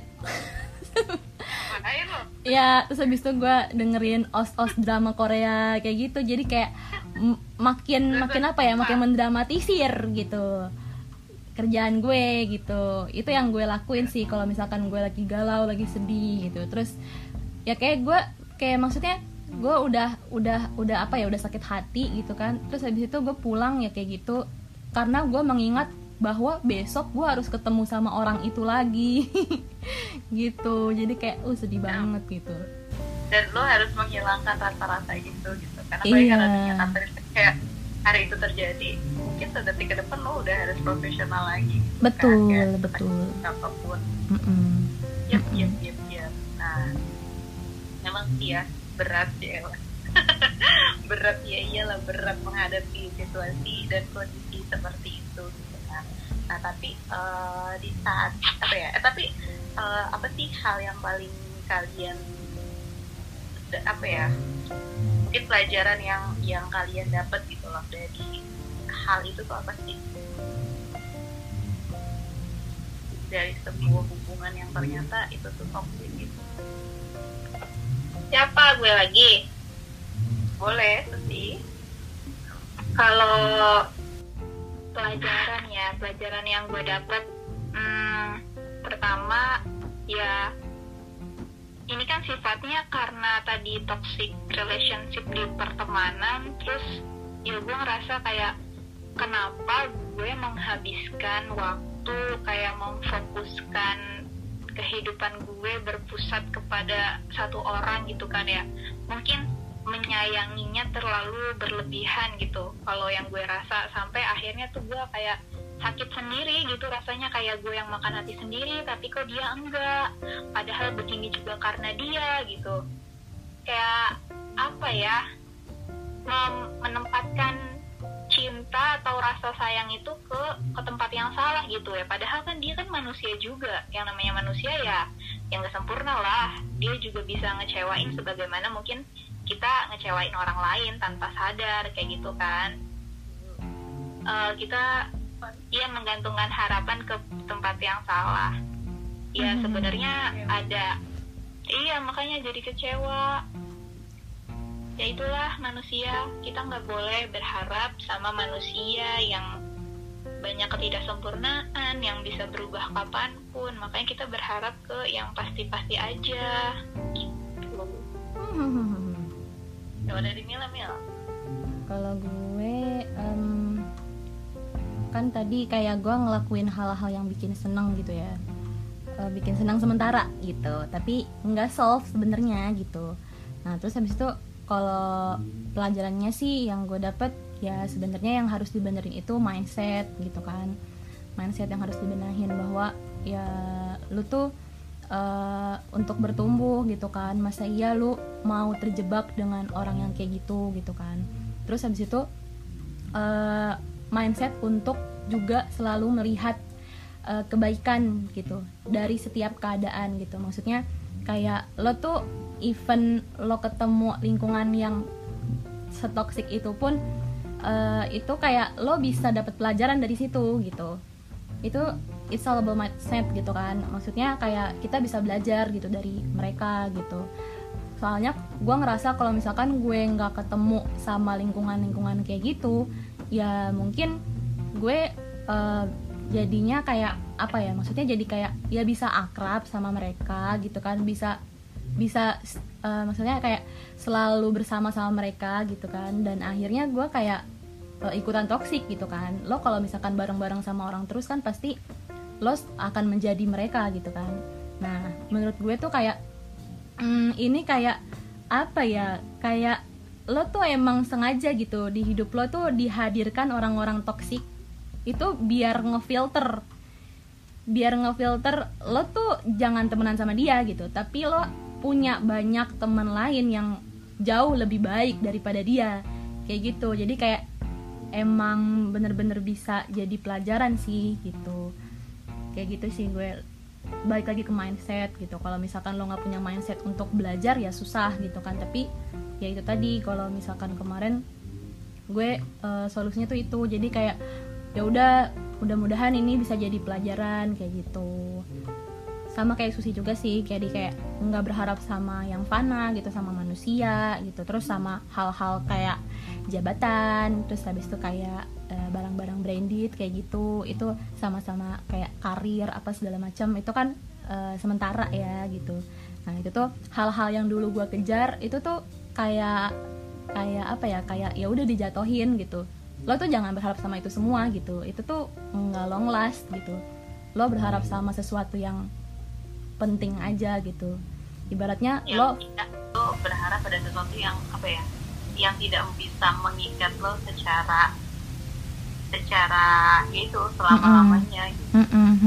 Ya terus habis itu gue dengerin os drama Korea kayak gitu, jadi kayak makin apa ya, makin mendramatisir gitu kerjaan gue gitu. Itu yang gue lakuin sih kalau misalkan gue lagi galau, lagi sedih gitu. Terus ya kayak gue kayak maksudnya gue udah apa ya, udah sakit hati gitu kan. Terus habis itu gue pulang ya kayak gitu karena gue mengingat bahwa besok gue harus ketemu sama orang itu lagi. Gitu. Jadi kayak sedih banget gitu. Dan lo harus menghilangkan rasa-rasa gitu karena karena kayak hari itu terjadi, mungkin sedetik ke depan lo udah harus profesional lagi gitu, betul kan? Betul apapun. Yep. Nah memang sih ya berat ya. Berat ya, iyalah berat menghadapi situasi dan kondisi seperti itu gitu kan. Nah tapi di saat apa sih hal yang paling kalian mungkin pelajaran yang kalian dapat gitu loh dari hal itu tuh apa sih, dari sebuah hubungan yang ternyata itu tuh toxic gitu? Siapa, gue lagi? Boleh sih. Kalau pelajaran yang gue dapat, pertama ya ini kan sifatnya karena tadi toxic relationship di pertemanan, terus ya gue ngerasa kayak kenapa gue menghabiskan waktu kayak memfokuskan kehidupan gue berpusat kepada satu orang gitu kan ya, mungkin menyayanginya terlalu berlebihan gitu. Kalau yang gue rasa sampai akhirnya tuh gue kayak sakit sendiri gitu rasanya, kayak gue yang makan hati sendiri tapi kok dia enggak, padahal begini juga karena dia gitu. Kayak apa ya, menempatkan cinta atau rasa sayang itu ke tempat yang salah gitu ya, padahal kan dia kan manusia juga, yang namanya manusia ya yang gak sempurna lah, dia juga bisa ngecewain sebagaimana mungkin kita ngecewain orang lain tanpa sadar kayak gitu kan. Kita menggantungkan harapan ke tempat yang salah ya, sebenarnya ada makanya jadi kecewa. Ya itulah manusia, kita nggak boleh berharap sama manusia yang banyak ketidaksempurnaan, yang bisa berubah kapanpun, makanya kita berharap ke yang pasti-pasti aja gitu. Coba dari Mil. Kalau gue kan tadi kayak gue ngelakuin hal-hal yang bikin seneng gitu ya, bikin senang sementara gitu, tapi nggak solve sebenarnya gitu. Nah terus habis itu kalau pelajarannya sih yang gue dapet ya sebenarnya yang harus dibenerin itu mindset gitu kan, mindset yang harus dibenahin bahwa ya lu tuh untuk bertumbuh gitu kan, masa iya lu mau terjebak dengan orang yang kayak gitu kan. Terus habis itu mindset untuk juga selalu melihat kebaikan gitu dari setiap keadaan gitu. Maksudnya kayak lo tuh even lo ketemu lingkungan yang setoksik itu pun itu kayak lo bisa dapat pelajaran dari situ gitu. Itu it's all about mindset gitu kan, maksudnya kayak kita bisa belajar gitu dari mereka gitu. Soalnya gue ngerasa kalau misalkan gue nggak ketemu sama lingkungan kayak gitu, ya mungkin gue jadinya kayak apa ya, maksudnya jadi kayak ya bisa akrab sama mereka gitu kan, bisa maksudnya kayak selalu bersama sama mereka gitu kan, dan akhirnya gue kayak ikutan toksik gitu kan. Lo kalau misalkan bareng-bareng sama orang terus kan pasti lo akan menjadi mereka gitu kan. Nah menurut gue tuh kayak ini kayak apa ya, kayak lo tuh emang sengaja gitu di hidup lo tuh dihadirkan orang-orang toksik itu biar ngefilter lo tuh jangan temenan sama dia gitu, tapi lo punya banyak teman lain yang jauh lebih baik daripada dia kayak gitu. Jadi kayak emang bener-bener bisa jadi pelajaran sih gitu, kayak gitu sih. Gue balik lagi ke mindset gitu, kalau misalkan lo nggak punya mindset untuk belajar ya susah gitu kan. Tapi ya itu tadi, kalau misalkan kemarin gue solusinya tuh itu, jadi kayak ya udah mudah-mudahan ini bisa jadi pelajaran kayak gitu. Sama kayak Susi juga sih, kayak nggak berharap sama yang fana gitu, sama manusia gitu, terus sama hal-hal kayak jabatan, terus habis itu kayak barang-barang branded kayak gitu, itu sama-sama kayak karir apa segala macam, itu kan sementara ya gitu. Nah itu tuh hal-hal yang dulu gue kejar itu tuh kayak apa ya, kayak ya udah dijatohin gitu. Lo tuh jangan berharap sama itu semua gitu, itu tuh nggak long last gitu. Lo berharap sama sesuatu yang penting aja gitu, ibaratnya lo berharap pada sesuatu yang apa ya, yang tidak bisa mengikat lo secara itu selama-lamanya gitu.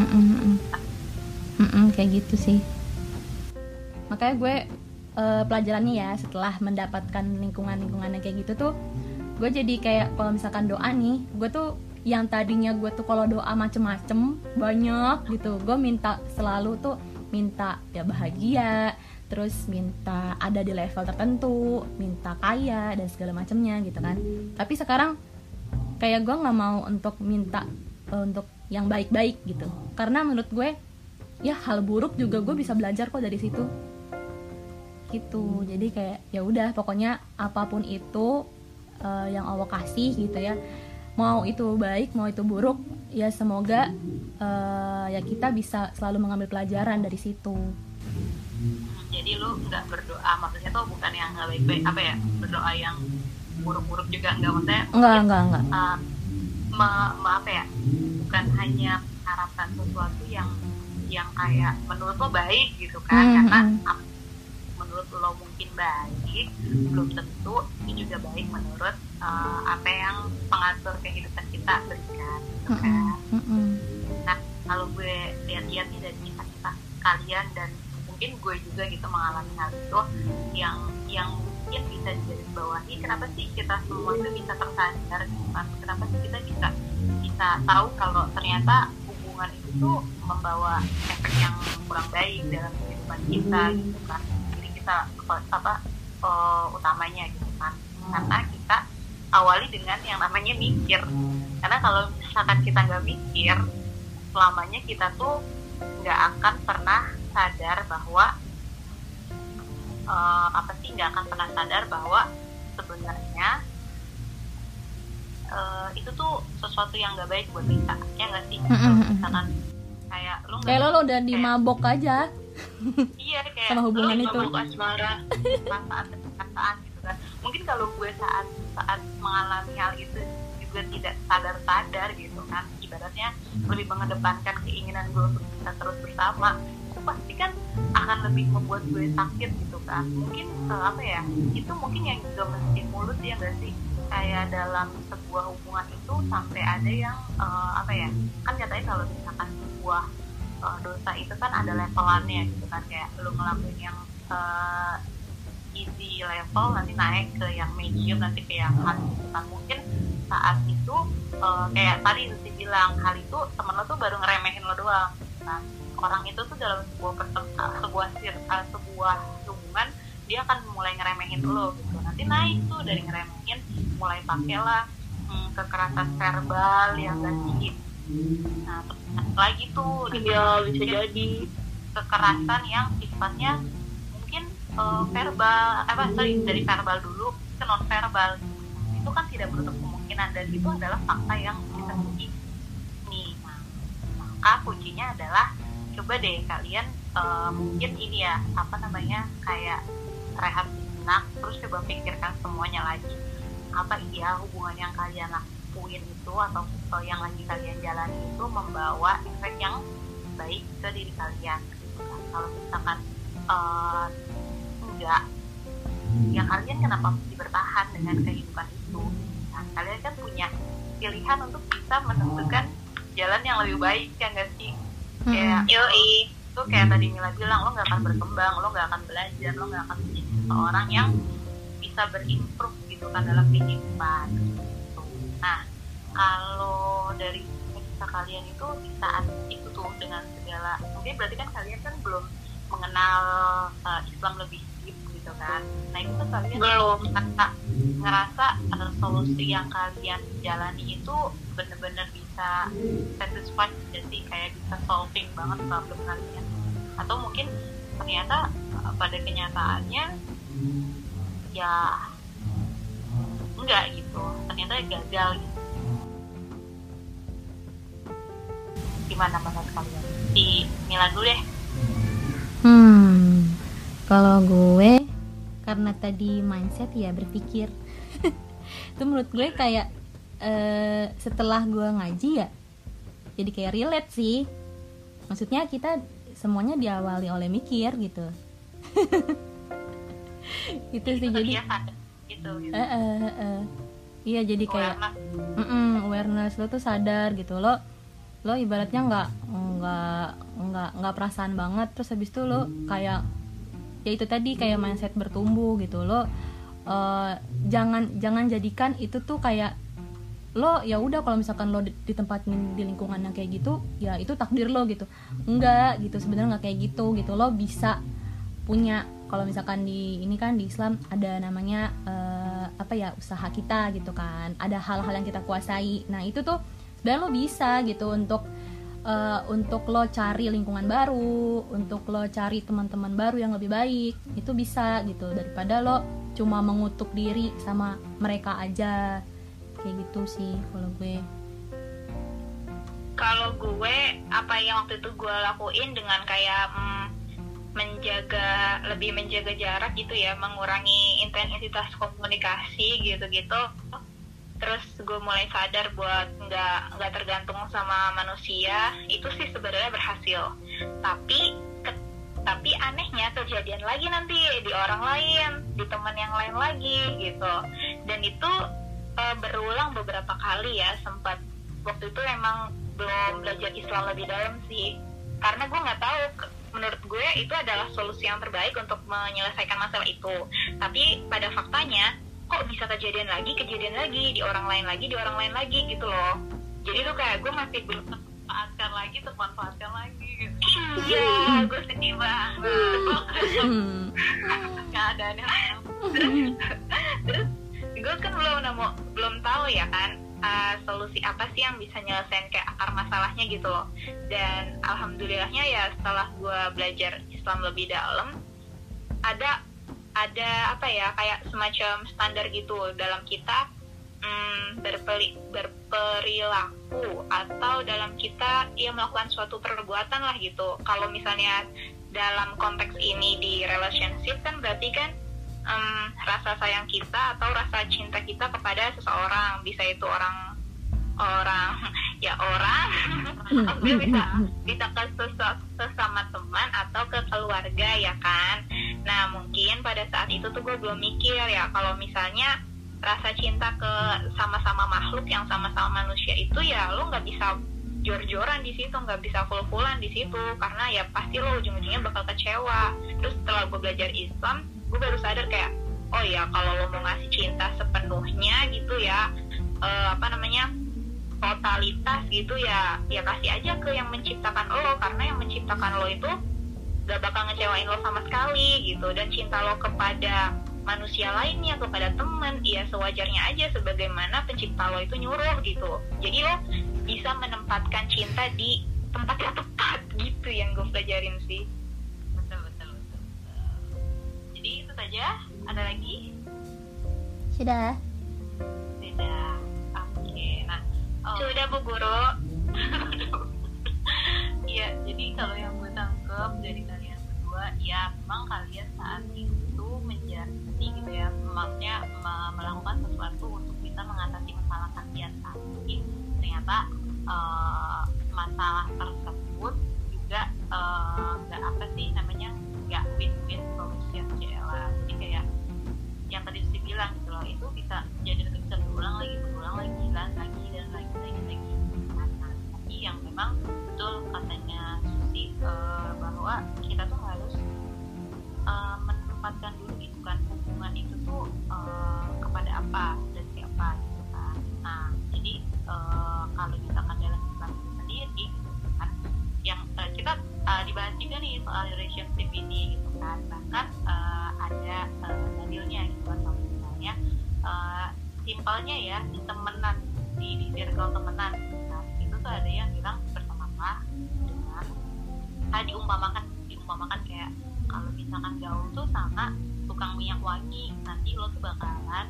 Kayak gitu sih. Makanya gue pelajarannya ya setelah mendapatkan lingkungan yang kayak gitu tuh, gue jadi kayak kalau misalkan doa nih, gue tuh yang tadinya gue tuh kalau doa macem-macem banyak gitu, gue minta selalu tuh minta ya bahagia, terus minta ada di level tertentu, minta kaya dan segala macamnya gitu kan. Tapi sekarang kayak gue nggak mau untuk minta untuk yang baik-baik gitu, karena menurut gue ya hal buruk juga gue bisa belajar kok dari situ gitu. Jadi kayak ya udah pokoknya apapun itu yang Allah kasih gitu ya, mau itu baik mau itu buruk ya, semoga ya kita bisa selalu mengambil pelajaran dari situ. Jadi lu nggak berdoa, maksudnya tuh bukan yang nggak baik-baik apa ya, berdoa yang buruk-buruk juga nggak, maksudnya enggak apa ya, bukan hanya harapkan sesuatu yang kayak menurut lo baik gitu kan, karena menurut lo mungkin baik belum tentu itu juga baik menurut apa yang pengatur kehidupan kita berikan gitu kan. Nah kalau gue lihat-lihat nih dari kisah-kisah kalian, dan mungkin gue juga gitu mengalami hal itu yang mungkin bisa digarisbawahi, kenapa sih kita semua itu bisa tersadar gitu kan, kenapa sih kita bisa tahu kalau ternyata hubungan itu tuh membawa efek yang kurang baik dalam kehidupan kita gitu kan. Jadi kita utamanya gitu kan, karena kita awali dengan yang namanya mikir. Karena kalau misalkan kita nggak mikir, selamanya kita tuh nggak akan pernah sadar bahwa nggak akan pernah sadar bahwa sebenarnya itu tuh sesuatu yang nggak baik buat kita, ya nggak sih? Misalkan kayak lo udah dimabok aja. Iya, kayak sama hubungan itu, asmara, perasaan gitu kan. Mungkin kalau gue saat mengalami hal itu juga tidak sadar gitu kan, ibaratnya lebih mengedepankan keinginan gue untuk bisa terus bersama, itu pasti kan akan lebih membuat gue sakit gitu kan. Mungkin itu mungkin yang juga menstimulus, ya nggak sih, kayak dalam sebuah hubungan itu sampai ada yang kan katanya kalau misalkan sebuah dosa itu kan ada levelannya gitu kan, kayak lu ngelakuin yang easy level, nanti naik ke yang medium, nanti ke yang hard gitu kan. Mungkin saat itu kayak tadi Lucy bilang, hal itu temen lo tuh baru ngeremehin lo doang gitu kan. orang itu tuh dalam sebuah hubungan dia akan mulai ngeremehin lo gitu. Nanti naik tuh dari ngeremehin mulai pakailah kekerasan verbal yang gak tinggi. Nah terus lagi tuh Iya, bisa jadi kekerasan yang sifatnya mungkin verbal, dari verbal dulu ke non verbal. Itu kan tidak menutup kemungkinan, dan itu adalah fakta yang kita uji nih. Nah, maka kuncinya adalah coba deh kalian mungkin ini ya kayak rehat sejenak, terus coba pikirkan semuanya lagi. Apa iya hubungan yang kalian lakuin itu atau yang lagi kalian jalani itu membawa efek yang baik ke diri kalian gitu kan. Kalau misalkan enggak, ya kalian kenapa mesti bertahan dengan kehidupan itu? Nah, kalian kan punya pilihan untuk bisa menentukan jalan yang lebih baik, ya nggak sih? Kayak itu kayak tadi Mila bilang, lo nggak akan berkembang, lo nggak akan belajar, lo nggak akan menjadi seseorang yang bisa berimprove gitu kan dalam kehidupan gitu. Nah kalau dari kisah kalian itu di saat itu tuh dengan segala, mungkin berarti kan kalian kan belum mengenal Islam lebih deep gitu kan. Nah itu tuh kalian belum ngerasa solusi yang kalian jalani itu bener-bener bisa satisfied, jadi kayak bisa solving banget problem kalian, atau mungkin ternyata pada kenyataannya ya enggak gitu, ternyata gagal gitu. Gimana menurut kalian? Di Mila dulu deh. Kalau gue karena tadi mindset ya berpikir itu menurut gue kayak setelah gue ngaji ya jadi kayak relate sih, maksudnya kita semuanya diawali oleh mikir gitu. Itu sih jadi gitu. Iya jadi kayak awareness lo tuh sadar gitu, lo ibaratnya nggak perasaan banget, terus habis itu lo kayak ya itu tadi kayak mindset bertumbuh gitu. Lo jangan jadikan itu tuh kayak lo ya udah kalau misalkan lo ditempatin di lingkungan yang kayak gitu ya itu takdir lo gitu, enggak gitu, sebenarnya nggak kayak gitu. Lo bisa punya, kalau misalkan di ini kan di Islam ada namanya usaha kita gitu kan, ada hal-hal yang kita kuasai. Nah itu tuh sebenarnya lo bisa gitu untuk lo cari lingkungan baru, untuk lo cari teman-teman baru yang lebih baik, itu bisa gitu, daripada lo cuma mengutuk diri sama mereka aja kayak gitu sih kalau gue. Kalau gue apa yang waktu itu gue lakuin dengan kayak lebih menjaga jarak gitu ya, mengurangi intensitas komunikasi gitu-gitu. Terus gue mulai sadar buat nggak tergantung sama manusia, itu sih sebenarnya berhasil. Tapi anehnya kejadian lagi nanti di orang lain, di teman yang lain lagi gitu. Dan itu berulang beberapa kali ya. Sempat waktu itu emang belum belajar Islam lebih dalam sih, karena gue nggak tahu menurut gue itu adalah solusi yang terbaik untuk menyelesaikan masalah itu. Tapi pada faktanya kok bisa kejadian lagi di orang lain lagi gitu loh. Jadi tuh kayak gue masih belum termanfaatkan lagi gitu. Iya, gue sedih banget. Keadaannya terus gue kan belum tahu ya kan solusi apa sih yang bisa nyelesain kayak akar masalahnya gitu loh. Dan alhamdulillahnya ya setelah gue belajar Islam lebih dalam, ada kayak semacam standar gitu dalam kita berperilaku atau dalam kita melakukan suatu perbuatan lah gitu. Kalau misalnya dalam konteks ini di relationship kan berarti kan rasa sayang kita atau rasa cinta kita kepada seseorang, bisa itu orang bisa ke sesama teman atau ke keluarga ya kan. Nah mungkin pada saat itu tuh gue belum mikir ya kalau misalnya rasa cinta ke sama-sama makhluk yang sama-sama manusia itu ya lo nggak bisa jor-joran di situ, nggak bisa full-fullan di situ, karena ya pasti lo ujung-ujungnya bakal kecewa. Terus setelah gue belajar Islam, gue baru sadar kayak oh ya kalau lo mau ngasih cinta sepenuhnya gitu ya totalitas gitu ya kasih aja ke yang menciptakan lo, karena yang menciptakan lo itu gak bakal ngecewain lo sama sekali gitu. Dan cinta lo kepada manusia lainnya, kepada teman, ya sewajarnya aja sebagaimana pencipta lo itu nyuruh gitu. Jadi lo bisa menempatkan cinta di tempat yang tepat gitu yang gue pelajarin sih. Betul. Jadi itu saja. Ada lagi? Sudah. Oke. Nah, Sudah Bu Guru. Iya, jadi kalau yang gue tangkep dari kalian berdua, ya memang kalian saat itu menjadi gitu ya, maksudnya melakukan sesuatu untuk bisa mengatasi masalah kalian. Tapi ternyata masalah tersebut juga nggak apa sih namanya, nggak win-win solution lah. Jadi kayak yang tadi Susi bilang gitu loh, itu bisa berulang lagi dan lagi. Nah, tapi yang memang betul katanya Susi bahwa kita tuh harus menempatkan dulu gitu kan, hubungan itu tuh kepada apa dan siapa gitu kan. Nah, jadi kalau misalkan dalam Islam itu sendiri gitu kan, yang kita dibahas juga nih soal relationship ini gitu kan. Bahkan ada dalilnya gitu kan, misalnya simpelnya ya, di temenan, di circle temenan gitu kan, itu tuh ada yang bilang bersamalah dengan diumpamakan kayak kalau misalkan gaul tuh sama tukang minyak wangi, nanti lo tuh bakalan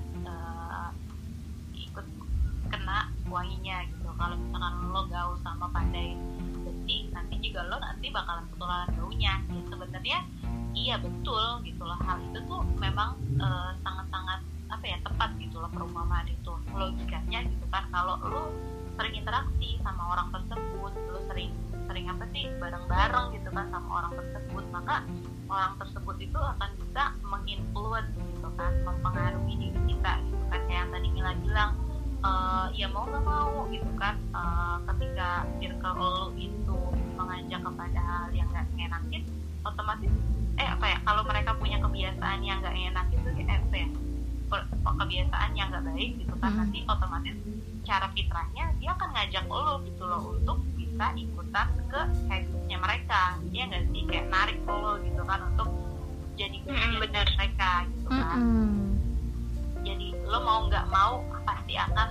ikut kena wanginya gitu. Kalau misalkan lo gaul sama pandai besi, nanti juga lo nanti bakalan ketularan baunya. Ya sebenarnya iya betul gitu loh, hal itu tuh memang sangat-sangat tepat gitu loh perumpamaan itu. Logikanya gitu kan, kalau lo sering interaksi sama orang tersebut, lo sering bareng-bareng gitu kan sama orang tersebut, maka orang tersebut itu akan bisa menginfluence gitu kan, mempengaruhi diri kita gitu kan. Kayak yang tadi Mila bilang, ya mau nggak mau gitu kan, ketika circle lo itu mengajak kepada hal yang nggak ngenakin, otomatis kalau mereka punya kebiasaan yang nggak enakin tuh kebiasaan yang nggak baik gitu kan, nanti otomatis cara fitrahnya dia akan ngajak lo gitu loh untuk bisa ikutan ke habitsnya mereka, dia nggak sih, kayak narik lo gitu kan untuk jadi benar mereka gitu kan. Jadi lo mau nggak mau pasti akan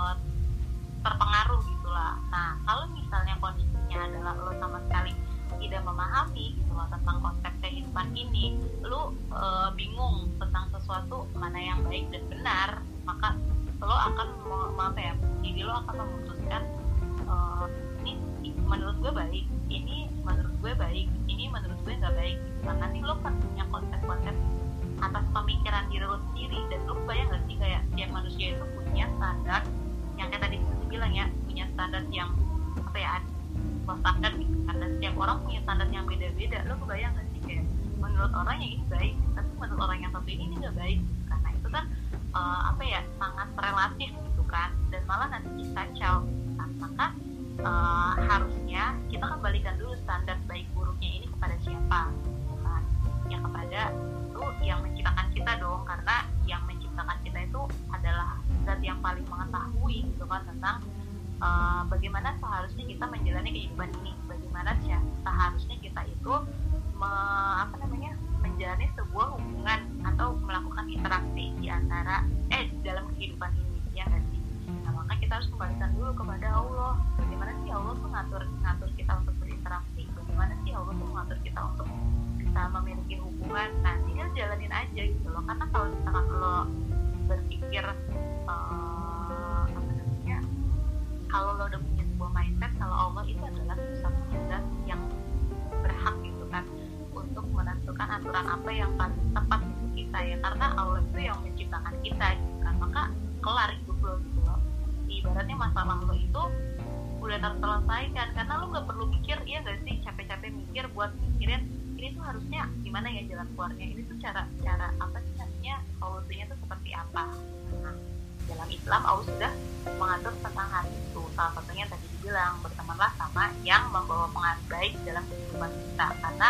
terpengaruh gitulah. Nah, kalau misalnya kondisinya adalah lo sama sekali tidak memahami gitu loh tentang konsep kehidupan ini, lo bingung tentang sesuatu mana yang baik dan benar, maka lo akan jadi lo akan memutuskan ini menurut gue baik, ini menurut gue baik, ini menurut gue nggak baik gitu kan. Nanti lo kan punya konsep-konsep atas pemikiran diri lo sendiri, dan lo bayang nggak sih kayak tiap manusia itu punya standar yang kayak tadi saya bilang ya, punya standar yang standar gitu kan, dan setiap orang punya standar yang beda-beda. Lo kebayang nggak sih kayak menurut orang yang ini baik, tapi menurut orang yang satu ini nggak baik, karena itu kan sangat relatif gitu kan, dan malah nanti bisa kacau kan. Maka harusnya kita kembalikan dulu standar baik buruknya ini kepada siapa kan? Ya kepada itu yang menciptakan kita dong, karena yang menciptakan kita itu adalah zat yang paling mengetahui gitu kan tentang bagaimana seharusnya kita menjalani kehidupan ini, bagaimana seharusnya kita itu menjalani sebuah hubungan atau melakukan interaksi di antara dalam kehidupan ini, ya nggak sih? Nah, maka kita harus kembalikan dulu kepada Allah. Bagaimana sih Allah tuh ngatur kita untuk berinteraksi? Bagaimana sih Allah tuh ngatur kita untuk bisa memiliki hubungan? Nah, tinggal jalanin aja gitu loh. Karena kalau misalkan lo berpikir kalau lo udah punya sebuah mindset kalau Allah itu adalah satu-satunya zat yang berhak gitu kan untuk menentukan aturan apa yang paling tepat untuk kita, ya karena Allah itu yang menciptakan kita gitu kan. Maka kelar hidup lo gitu loh, ibaratnya masalah lo itu udah terselesaikan, karena lo gak perlu mikir, iya gak sih, capek-capek mikir buat mikirin ini tuh harusnya gimana ya jalan keluarnya, ini tuh cara apa sih namanya, solusinya tuh seperti apa. Nah, dalam Islam Allah sudah mengatur tentang hal itu. Salah satunya tadi dibilang, bertemanlah sama yang membawa pengaruh baik dalam kehidupan kita, karena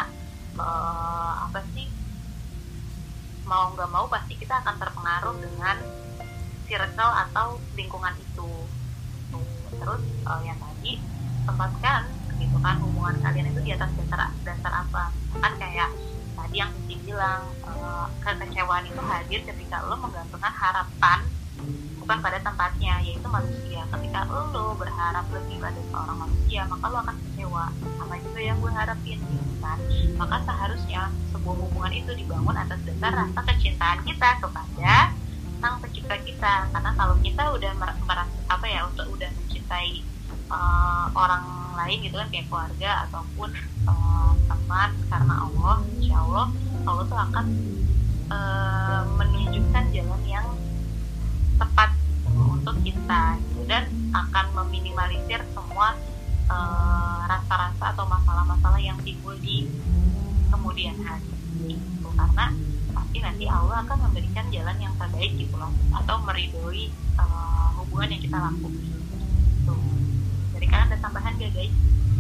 mau nggak mau pasti kita akan terpengaruh dengan circle atau lingkungan itu. Terus yang tadi tempatkan gitu kan hubungan kalian itu di atas dasar apa, kan kayak tadi yang Sisi bilang, kekecewaan itu hadir ketika lo menggantungkan harapan bukan pada tempatnya, yaitu manusia. Ketika lo berharap lebih pada seorang manusia, maka lo akan kecewa sama juga yang gue harapin gitu kan. Maka seharusnya sebuah hubungan itu dibangun atas dasar rasa kecintaan kita kepada sang pencipta kita. Karena kalau kita udah merasa udah mencintai orang lain gitu kan, kayak keluarga ataupun teman, karena Allah, insya Allah tuh akan menunjukkan jalan yang tepat gitu, untuk kita gitu, dan akan meminimalisir semua rasa-rasa atau masalah-masalah yang timbul di kemudian hari gitu. Karena pasti nanti Allah akan memberikan jalan yang terbaik gitu loh, atau meridhoi hubungan yang kita lakukan gitu. Jadi kan ada tambahan gak guys?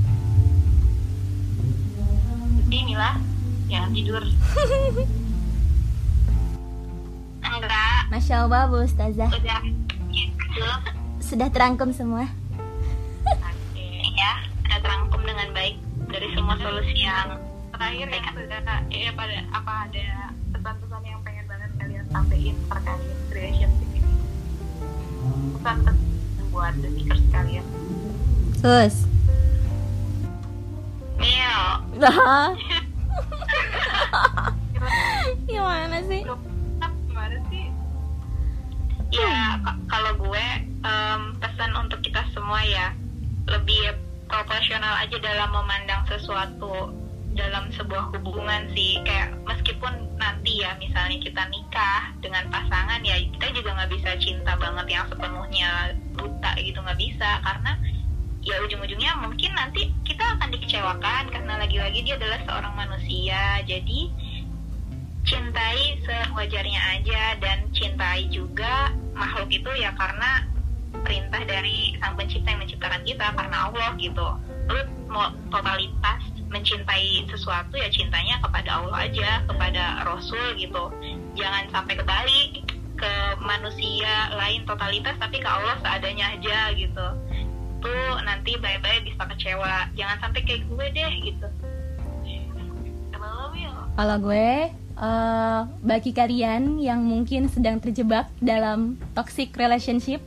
Jadi Mila, jangan tidur. Enggak. Masya Allah Bu Ustazah. Udah gitu. Sudah terangkum semua. Oke, ya, sudah terangkum dengan baik dari semua solusi yang terakhir yang sudah ada pesan-pesan yang pengen banget kalian sampaikan terkait relationship ini? Pesan-pesan buat the speakers kalian. Sus. Mil. Gimana sih? Gimana sih? Ya, kalau gue pesan untuk kita semua ya, lebih proporsional aja dalam memandang sesuatu dalam sebuah hubungan sih. Kayak meskipun nanti ya misalnya kita nikah dengan pasangan, ya kita juga nggak bisa cinta banget yang sepenuhnya buta gitu, nggak bisa, karena ya ujung-ujungnya mungkin nanti kita akan dikecewakan karena lagi-lagi dia adalah seorang manusia. Jadi cintai sewajarnya aja, dan cintai juga makhluk itu ya karena perintah dari sang pencipta yang menciptakan kita, karena Allah gitu. Lu mau totalitas mencintai sesuatu ya cintanya kepada Allah aja, kepada Rasul gitu. Jangan sampai kebalik, ke manusia lain totalitas tapi ke Allah seadanya aja gitu. Tuh nanti bye-bye bisa kecewa. Jangan sampai kayak gue deh gitu. Kalau gue, bagi kalian yang mungkin sedang terjebak dalam toxic relationship,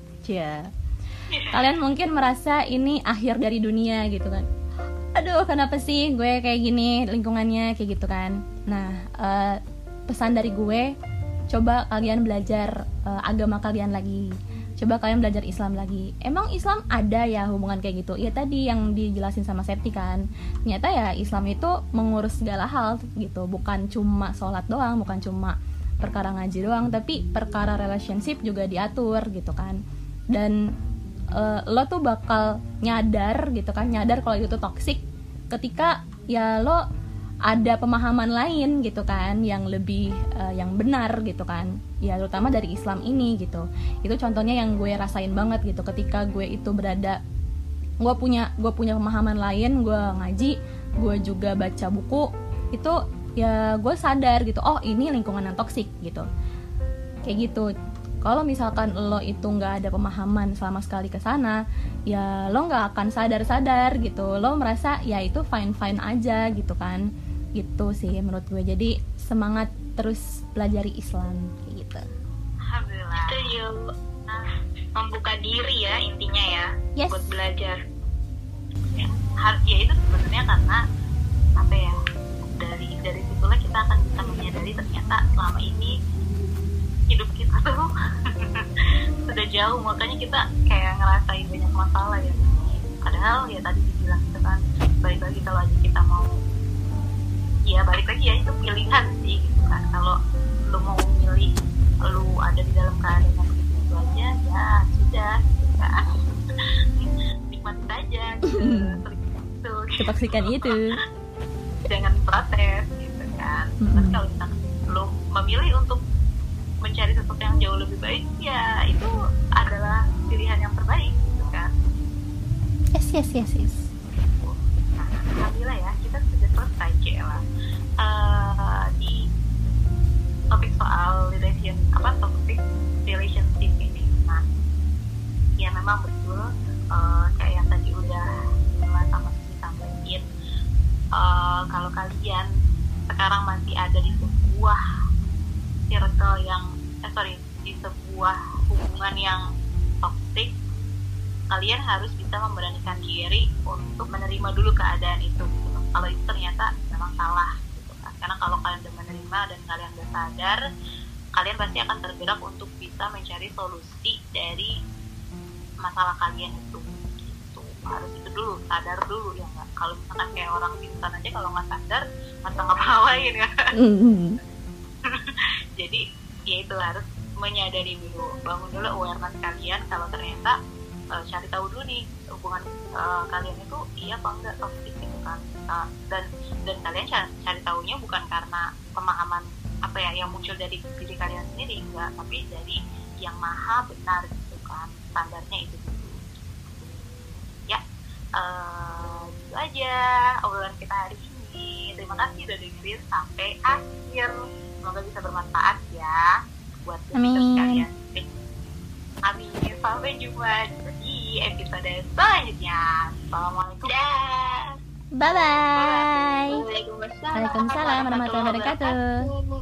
kalian mungkin merasa ini akhir dari dunia gitu kan. Aduh, kenapa sih gue kayak gini, lingkungannya kayak gitu kan. Nah, pesan dari gue, coba kalian belajar agama kalian lagi. Coba kalian belajar Islam lagi. Emang Islam ada ya hubungan kayak gitu? Ya tadi yang dijelasin sama Septi kan. Ternyata ya Islam itu mengurus segala hal gitu. Bukan cuma sholat doang, bukan cuma perkara ngaji doang, tapi perkara relationship juga diatur gitu kan. Dan lo tuh bakal nyadar gitu kan, nyadar kalau itu toxic ketika ya lo ada pemahaman lain gitu kan, yang lebih yang benar gitu kan, ya terutama dari Islam ini gitu. Itu contohnya yang gue rasain banget gitu, ketika gue itu berada, gue punya pemahaman lain, gue ngaji, gue juga baca buku, itu ya gue sadar gitu, oh ini lingkungan yang toksik gitu, kayak gitu. Kalau misalkan lo itu nggak ada pemahaman sama sekali ke sana, ya lo nggak akan sadar gitu, lo merasa ya itu fine aja gitu kan. Gitu sih menurut gue. Jadi semangat terus pelajari Islam kayak gitu. Alhamdulillah. Setuju. Membuka diri ya intinya ya, yes, buat belajar. Ya itu sebenarnya karena apa ya, dari situlah kita akan bisa menyadari ternyata selama ini hidup kita tuh sudah jauh, makanya kita kayak ngerasain banyak masalah ya. Padahal ya tadi dibilang gitu kan, balik lagi kalau aja kita mau, ya balik lagi ya itu pilihan sih gitu kan. Kalau lu mau milih lu ada di dalam keadaan yang begitu aja, ya sudah gitu kan, nikmati saja gitu. Ketoksikan itu jangan protes gitu kan. Terus kalau misalkan lu memilih untuk mencari sesuatu yang jauh lebih baik, ya itu adalah pilihan yang terbaik gitu kan. Yes. Nah, alhamdulillah ya kita sudah selesai Cela di topik soal toxic relationship ini. Nah, ya memang betul di sebuah circle yang di sebuah hubungan yang toksik, kalian harus bisa memberanikan diri untuk menerima dulu keadaan itu gitu. Kalau itu ternyata memang salah gitu kan. Karena kalau kalian udah menerima dan kalian udah sadar, kalian pasti akan tergerak untuk bisa mencari solusi dari masalah kalian itu gitu. Harus itu dulu, sadar dulu ya nggak. Kalau misalkan kayak orang pingsan aja kalau nggak sadar masa ngapain ya. Jadi ya itu harus menyadari dulu, bangun dulu awareness kalian kalau ternyata cari tahu dulu nih hubungan kalian itu iya apa enggak toxic gitu kan. Dan kalian cari tahunya bukan karena pemahaman apa ya yang muncul dari diri kalian sendiri, enggak, tapi dari yang maha benar gitu kan, standarnya itu dulu ya. Itu aja obrolan kita hari ini. Terima kasih udah dengerin sampai akhir, semoga bisa bermanfaat ya buat kita sekalian. Amin. Sampai jumpa di episode selanjutnya. Assalamualaikum. Bye bye. Waalaikumsalam Waalaikumsalam warahmatullahi wabarakatuh.